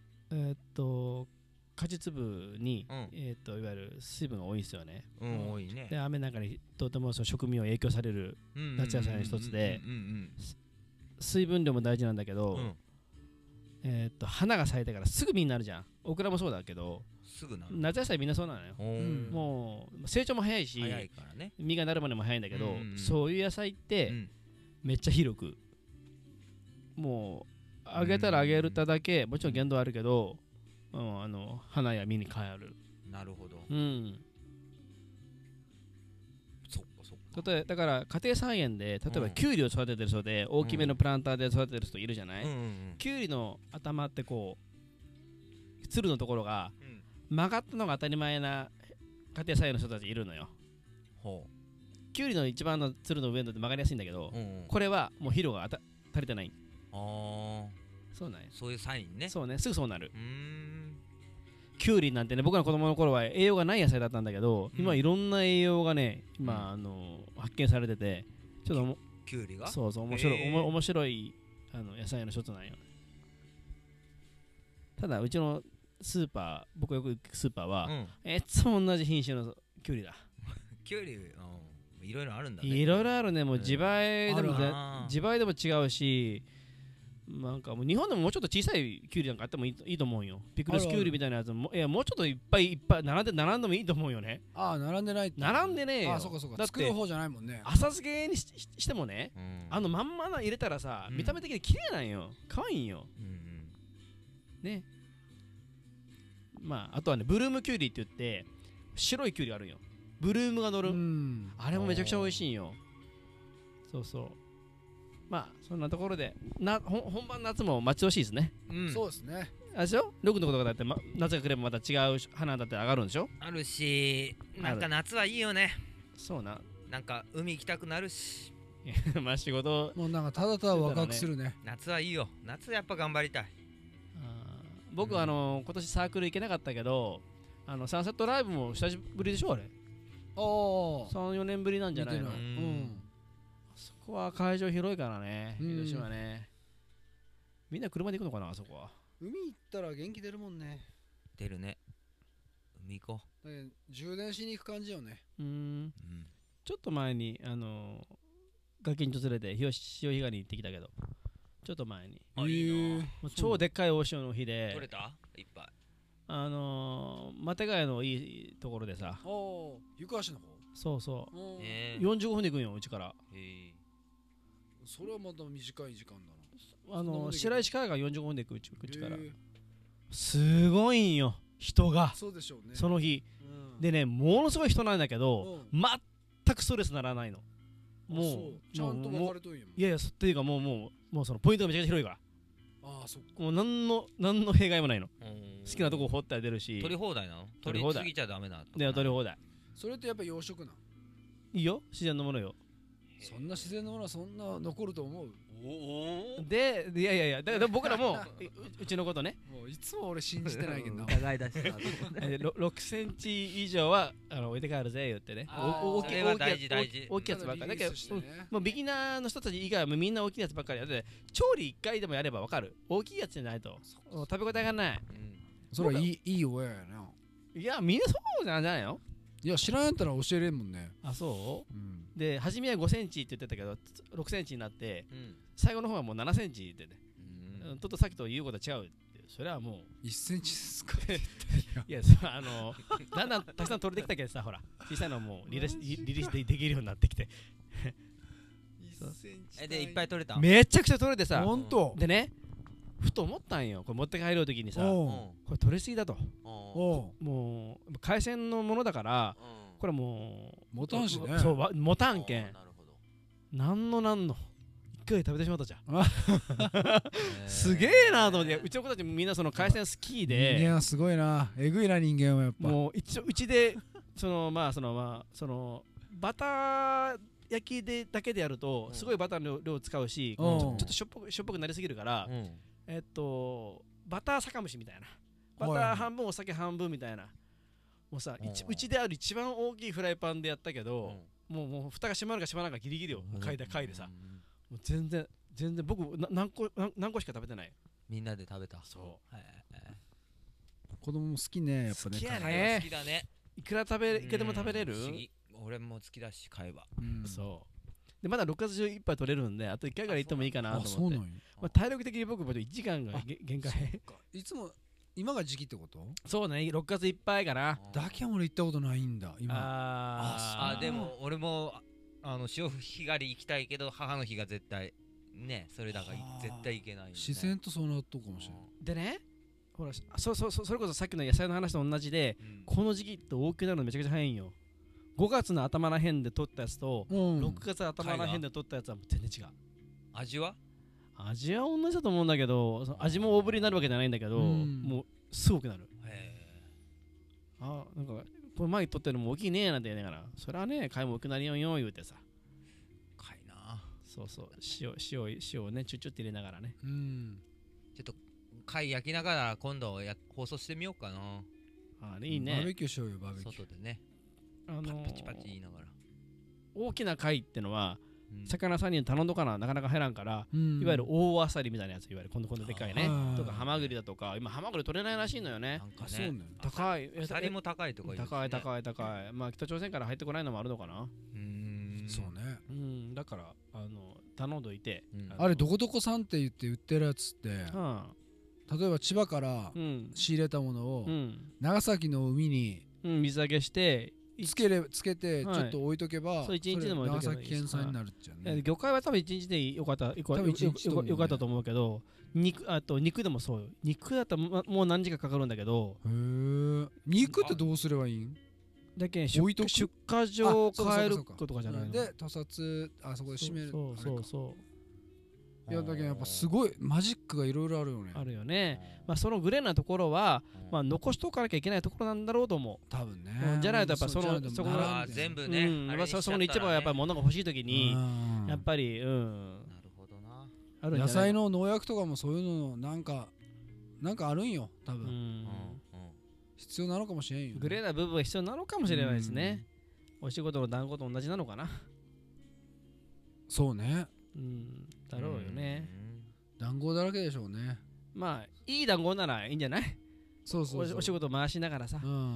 [SPEAKER 1] 果実部に、いわゆる水分が多いんですよね。
[SPEAKER 3] 多いね。
[SPEAKER 1] で雨なんかにとても食味を影響される夏野菜の一つで、水分量も大事なんだけど、花が咲いてからすぐ実になるじゃん。オクラもそうだけど、
[SPEAKER 3] すぐなる。
[SPEAKER 1] 夏野菜みんなそうなのよ。もう成長も早いし、実がなるまでも早いんだけど、そういう野菜ってめっちゃ広く、もうあげたらあげるただけ、もちろん限度あるけど、花や実に変わる。
[SPEAKER 3] なるほど。
[SPEAKER 1] だから家庭菜園で例えばキュウリを育ててる人で大きめのプランターで育ててる人いるじゃない。キュウリの頭ってこうつるのところが曲がったのが当たり前な家庭菜園の人たちいるのよ。キュウリの一番のつるの上のって曲がりやすいんだけど、これはもう肥料が足りてない。そうなんや。
[SPEAKER 3] そういうサインね。
[SPEAKER 1] そうね、すぐそうなる。キュウリなんてね、僕ら子供の頃は栄養がない野菜だったんだけど、今いろんな栄養がね、今発見されてて、ちょっと
[SPEAKER 3] キュウリが
[SPEAKER 1] 面白い野菜の一つなんよ。ただうちのスーパー、僕よく行くスーパーは、いつも同じ品種のキュウリだ。
[SPEAKER 3] キュウリいろいろあるんだね。
[SPEAKER 1] いろいろあるね。もう自培でも違うし、なんかもう日本でももうちょっと小さいキュウリなんかあってもいいと思うよ。ピクルスキュウリみたいなやつも、いやもうちょっといっぱい並んでもいいと思うよね。
[SPEAKER 2] 並んでないって。
[SPEAKER 1] 並んでねえよ。
[SPEAKER 2] そうか。作る方じゃないもんね。
[SPEAKER 1] 浅漬けにしてもね、まんま入れたらさ、見た目的に綺麗なんよ。可愛いんよ。ね。あとはね、ブルームキュウリって言って白いキュウリがあるんよ。ブルームが乗る。あれもめちゃくちゃ美味しいんよ。そうそう。そんなところで本番夏も待ち遠しいですね。
[SPEAKER 2] そうですね。
[SPEAKER 1] あれでしょ、ロクのことがだって、夏が来ればまた違う花だって上がるんでしょ。
[SPEAKER 3] あるし、なんか夏はいいよね。
[SPEAKER 1] そうな。
[SPEAKER 3] なんか海行きたくなるし。
[SPEAKER 1] 仕事
[SPEAKER 2] もうなんかただ若くするね。
[SPEAKER 3] 夏はいいよ。夏やっぱ頑張りたい。
[SPEAKER 1] 僕は今年サークル行けなかったけど、サンセットライブも久しぶりでしょあれ。3、4年ぶりなんじゃないの。そこは会場広いからね、広島ね。みんな車で行くのかな、あそこは。
[SPEAKER 2] 海行ったら元気出るもんね。
[SPEAKER 3] 出るね。海行こう。
[SPEAKER 2] 充電しに行く感じよね。
[SPEAKER 1] ちょっと前にガキンと連れて潮干狩りに行ってきたけど、ちょっと前に。超でっかい大潮の日で。
[SPEAKER 3] 取れた？いっぱい。
[SPEAKER 1] マテガヤのいいところでさ。
[SPEAKER 2] 行橋の方。
[SPEAKER 1] そうそう。45分で行くんよ、うちから。
[SPEAKER 2] それはまた短い時間だな。
[SPEAKER 1] 白石海岸45分で行くうちから。すごいんよ。 人が
[SPEAKER 2] そうでしょうね、
[SPEAKER 1] その日でね、ものすごい人なんだけど全くストレスならないの。もう
[SPEAKER 2] ちゃんと分かれとんやもん。
[SPEAKER 1] いやいや、っていうかもうそのポイントがめちゃくちゃ広いから、
[SPEAKER 2] ああそっか、
[SPEAKER 1] もう何の弊害もないの。好きなとこ掘ったら出るし、
[SPEAKER 3] 取り放題なの？
[SPEAKER 1] 取り放題
[SPEAKER 3] 取りすぎちゃダメな。
[SPEAKER 1] で取り放題。
[SPEAKER 2] それってやっぱ養殖なん？
[SPEAKER 1] いいよ、自然のものよ。
[SPEAKER 2] そんな自然のものはそんな残ると思う？
[SPEAKER 1] でいやいやいや、だから僕らもうちのことね、
[SPEAKER 2] もういつも俺信じてないけどな。
[SPEAKER 3] 疑い出した
[SPEAKER 1] 6センチ以上は置いて帰るぜ言ってね。
[SPEAKER 3] それは大事大事。
[SPEAKER 1] 大きいやつばっかりだけど、もうビギナーの人たち以外はみんな大きいやつばっかりやって、調理1回でもやれば分かる。大きいやつじゃないと食べ応えがない。
[SPEAKER 2] それはいい親やな。
[SPEAKER 1] いや、みんなそうなんじゃないの？
[SPEAKER 2] いや、知らんやったら教えれんもんね。
[SPEAKER 1] あ、そう？で、初めは5センチって言ってたけど、6センチになって、
[SPEAKER 3] うん
[SPEAKER 1] 最後の方はもう7センチってね、ちょっとさっきと言うことは違うって、それはもう
[SPEAKER 2] 1センチですか？
[SPEAKER 1] いや、だんだんたくさん取れてきたけどさ、ほら、小さいのもリリースできるようになってきて
[SPEAKER 3] で、いっぱい取れた？
[SPEAKER 1] めちゃくちゃ取れてさ、
[SPEAKER 2] ほんと
[SPEAKER 1] でね、ふと思ったんよ、これ持って帰るときにさ、これ取れすぎだと、もう海鮮のものだから、これもう
[SPEAKER 2] 持たんしね。
[SPEAKER 1] そう、持たんけん、なんの一回食べてしまったじゃん。すげえなと思って、うちの子たちみんなその海鮮好きで、
[SPEAKER 2] 人間はすごいな、えぐいな人間はやっぱ。
[SPEAKER 1] もううちでそのバター焼きでだけでやるとすごいバターの量使うし、ちょっとしょっぽくなりすぎるから、バター酒蒸しみたいな、バター半分お酒半分みたいな、もうさ、うちである一番大きいフライパンでやったけど、もう蓋が閉まるか閉まらないかギリギリよ、嗅いでさ、もう全然僕何個しか食べてない。
[SPEAKER 3] みんなで食べた。
[SPEAKER 1] そう。
[SPEAKER 2] 子供も好きね、やっぱね。
[SPEAKER 1] 好きやね。
[SPEAKER 3] 好きだね。
[SPEAKER 1] いくらでも食べれる？
[SPEAKER 3] 俺も好きだし、買えば。
[SPEAKER 1] そう。でまだ6月中いっぱい取れるんで、あと1回ぐらい行ってもいいかなと思って。
[SPEAKER 2] そうなんや。
[SPEAKER 1] 体力的に僕も1時間が限界。
[SPEAKER 2] いつも今が時期ってこと？
[SPEAKER 1] そうね、6月いっぱいかな。
[SPEAKER 2] だけは俺行ったことないんだ
[SPEAKER 3] 今。でも俺も潮干狩り行きたいけど、母の日が絶対ね、それだから絶対行けない。
[SPEAKER 2] 自然とそうなっとくかもしれない。
[SPEAKER 1] でね、ほら、それこそさっきの野菜の話と同じで、この時期って大きくなるのめちゃくちゃ早いんよ。5月の頭らへんで取ったやつと、6月頭らへんで取ったやつは全然違う。
[SPEAKER 3] 味は
[SPEAKER 1] 同じだと思うんだけど、味も大ぶりになるわけじゃないんだけど、もうすごくなる。なんかこれ前取ってるのも大きいねなんて言いながら、それはね、貝も大きくなりよんよ言うてさ。
[SPEAKER 3] 貝な。
[SPEAKER 1] そうそう、塩をね、チュッチュって入れながらね。
[SPEAKER 3] ちょっと貝焼きながら今度放送してみようかな。
[SPEAKER 1] いいね。
[SPEAKER 2] バーベキューしようよ、バーベキュー。
[SPEAKER 3] 外でね。パチパチ言いながら。
[SPEAKER 1] 大きな貝ってのは、魚さんに頼んどかなかなか減らんから、いわゆる大アサリみたいなやつ、いわゆる今度でかいねとかハマグリだとか、今ハマグリ取れないらしいのよね。高い。
[SPEAKER 3] アサリも高いとか言う。
[SPEAKER 1] 高い。まあ北朝鮮から入ってこないのもあるのかな。
[SPEAKER 2] そうね。
[SPEAKER 1] だから頼んどいて、
[SPEAKER 2] あれどこどこさんって言って売ってるやつって、例えば千葉から仕入れたものを長崎の海に
[SPEAKER 1] 水揚げして
[SPEAKER 2] つけてちょっと置いとけば、
[SPEAKER 1] そう1日でも置いとけばいい。
[SPEAKER 2] 長崎県産になるっちゃね。
[SPEAKER 1] 魚介は多分1日でよかったと思うけど、肉でもそうよ。肉だったらもう何時間かかるんだけど。
[SPEAKER 2] 肉ってどうすればいいん
[SPEAKER 1] だけ出荷場を変えることかじゃないの
[SPEAKER 2] で、他殺そこで閉める。
[SPEAKER 1] そう
[SPEAKER 2] いやだけどやっぱすごいマジックがいろいろあるよね。
[SPEAKER 1] あるよね。まあそのグレーなところは残しとかなきゃいけないところなんだろうと思う。
[SPEAKER 2] 多分ね。
[SPEAKER 1] じゃないとやっぱそこの
[SPEAKER 3] 全部ね。
[SPEAKER 1] そこの市場がやっぱり物が欲しいときにやっぱり
[SPEAKER 3] なるほどな。
[SPEAKER 2] 野菜の農薬とかもそういうのなんかあるんよ多分。必要なのかもしれんよ。
[SPEAKER 1] グレーな部分が必要なのかもしれないですね。お仕事の団子と同じなのかな。
[SPEAKER 2] そうね。
[SPEAKER 1] だろうよね。
[SPEAKER 2] 団子だらけでしょうね。
[SPEAKER 1] まあいい団子ならいいんじゃない？
[SPEAKER 2] そう
[SPEAKER 1] お仕事回しながらさ。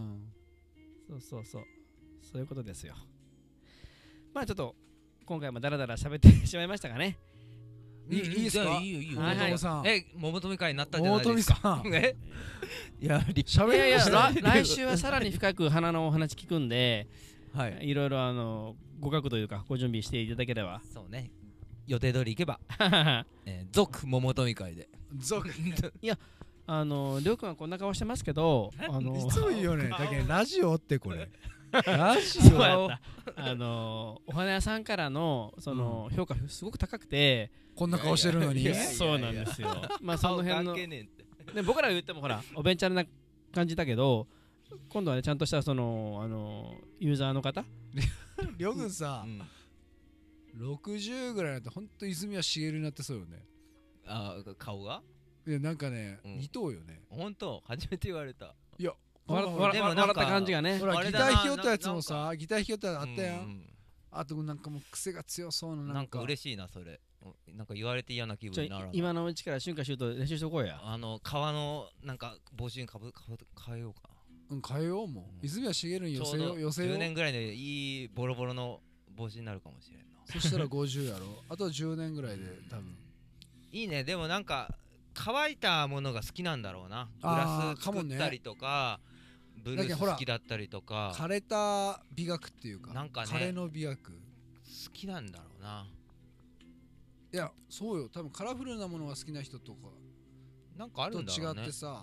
[SPEAKER 1] そういうことですよ。まあちょっと今回もダラダラ喋ってしまいましたがね。
[SPEAKER 2] いいですか？
[SPEAKER 3] いいよ。桃富会になったんじゃないですか。
[SPEAKER 1] いや来週はさらに深く花のお話聞くんで、いろいろご覚というかご準備していただければ。
[SPEAKER 3] そうね。予定通り行けば続桃富会で。
[SPEAKER 1] いやりょうくんはこんな顔してますけど、
[SPEAKER 2] いつも言うよね。だけどラジオってこれ。ラジオ。
[SPEAKER 1] お花屋さんからのその評価すごく高くて、
[SPEAKER 2] こんな顔してるのに。
[SPEAKER 1] そうなんですよ。まあその辺のね、僕らが言ってもほらおべんちゃんな感じだけど、今度はねちゃんとしたそのユーザーの方、
[SPEAKER 2] りょうくんさ、60ぐらいになって本当泉谷しげるになってそうよね。
[SPEAKER 3] 顔が？
[SPEAKER 2] いやなんかね、似とうよね。
[SPEAKER 3] 本当初めて言われた。
[SPEAKER 2] いや
[SPEAKER 1] 笑った感じがね。
[SPEAKER 2] ほらギター弾きよったやつもさ、ギター弾きよったやつあったやん。あとなんかもう癖が強そうな
[SPEAKER 3] なんか嬉しいなそれ。なんか言われて嫌な気分になる。
[SPEAKER 1] 今のうちから春夏秋冬練習しとこうや。
[SPEAKER 3] 革のなんか帽子に変えようか
[SPEAKER 2] な。変えようもう。泉谷しげるに寄せよう。
[SPEAKER 3] 10年ぐらいでいいボロボロの帽子になるかもしれんな。
[SPEAKER 2] そしたら50やろ。あと10年ぐらいで多分。
[SPEAKER 3] いいね。でもなんか乾いたものが好きなんだろうな。グラス作ったりとか、ブルース好きだったりとか。
[SPEAKER 2] 枯れた美学っていうか、
[SPEAKER 3] なんかね、
[SPEAKER 2] 枯れの美学
[SPEAKER 3] 好きなんだろうな。
[SPEAKER 2] いやそうよ。多分カラフルなものが好きな人とか
[SPEAKER 3] なんかあるんだろうね。
[SPEAKER 2] と違ってさ、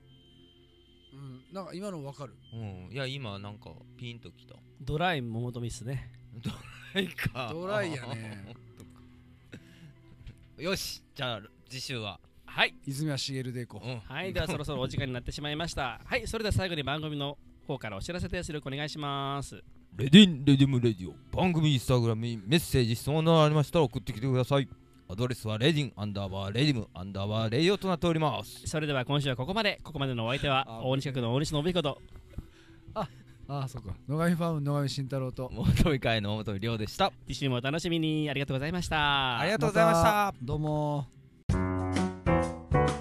[SPEAKER 2] なんか今の分かる。
[SPEAKER 3] いや今なんかピンときた。
[SPEAKER 1] ドライ桃富っすね。
[SPEAKER 3] ドライか。
[SPEAKER 2] ドライやね。
[SPEAKER 3] よし、じゃあ次週は
[SPEAKER 2] 泉谷しげるでいこう。
[SPEAKER 1] はい、ではそろそろお時間になってしまいました。はい、それでは最後に番組の方からお知らせです。よろしくお願いします。
[SPEAKER 3] レディンレディムレディオ、番組インスタグラムにメッセージ質問がありましたら送ってきてください。アドレスはレディン_レディム_レディオとなっております。
[SPEAKER 1] それでは今週はここまでのお相手は大西区の大西信彦と
[SPEAKER 2] そうか、野上ファーム野上慎太郎と
[SPEAKER 3] 元飛会の元飛亮でした。
[SPEAKER 1] 次週もお楽しみに。ありがとうございました。
[SPEAKER 3] ありがとうございました。
[SPEAKER 2] どうも。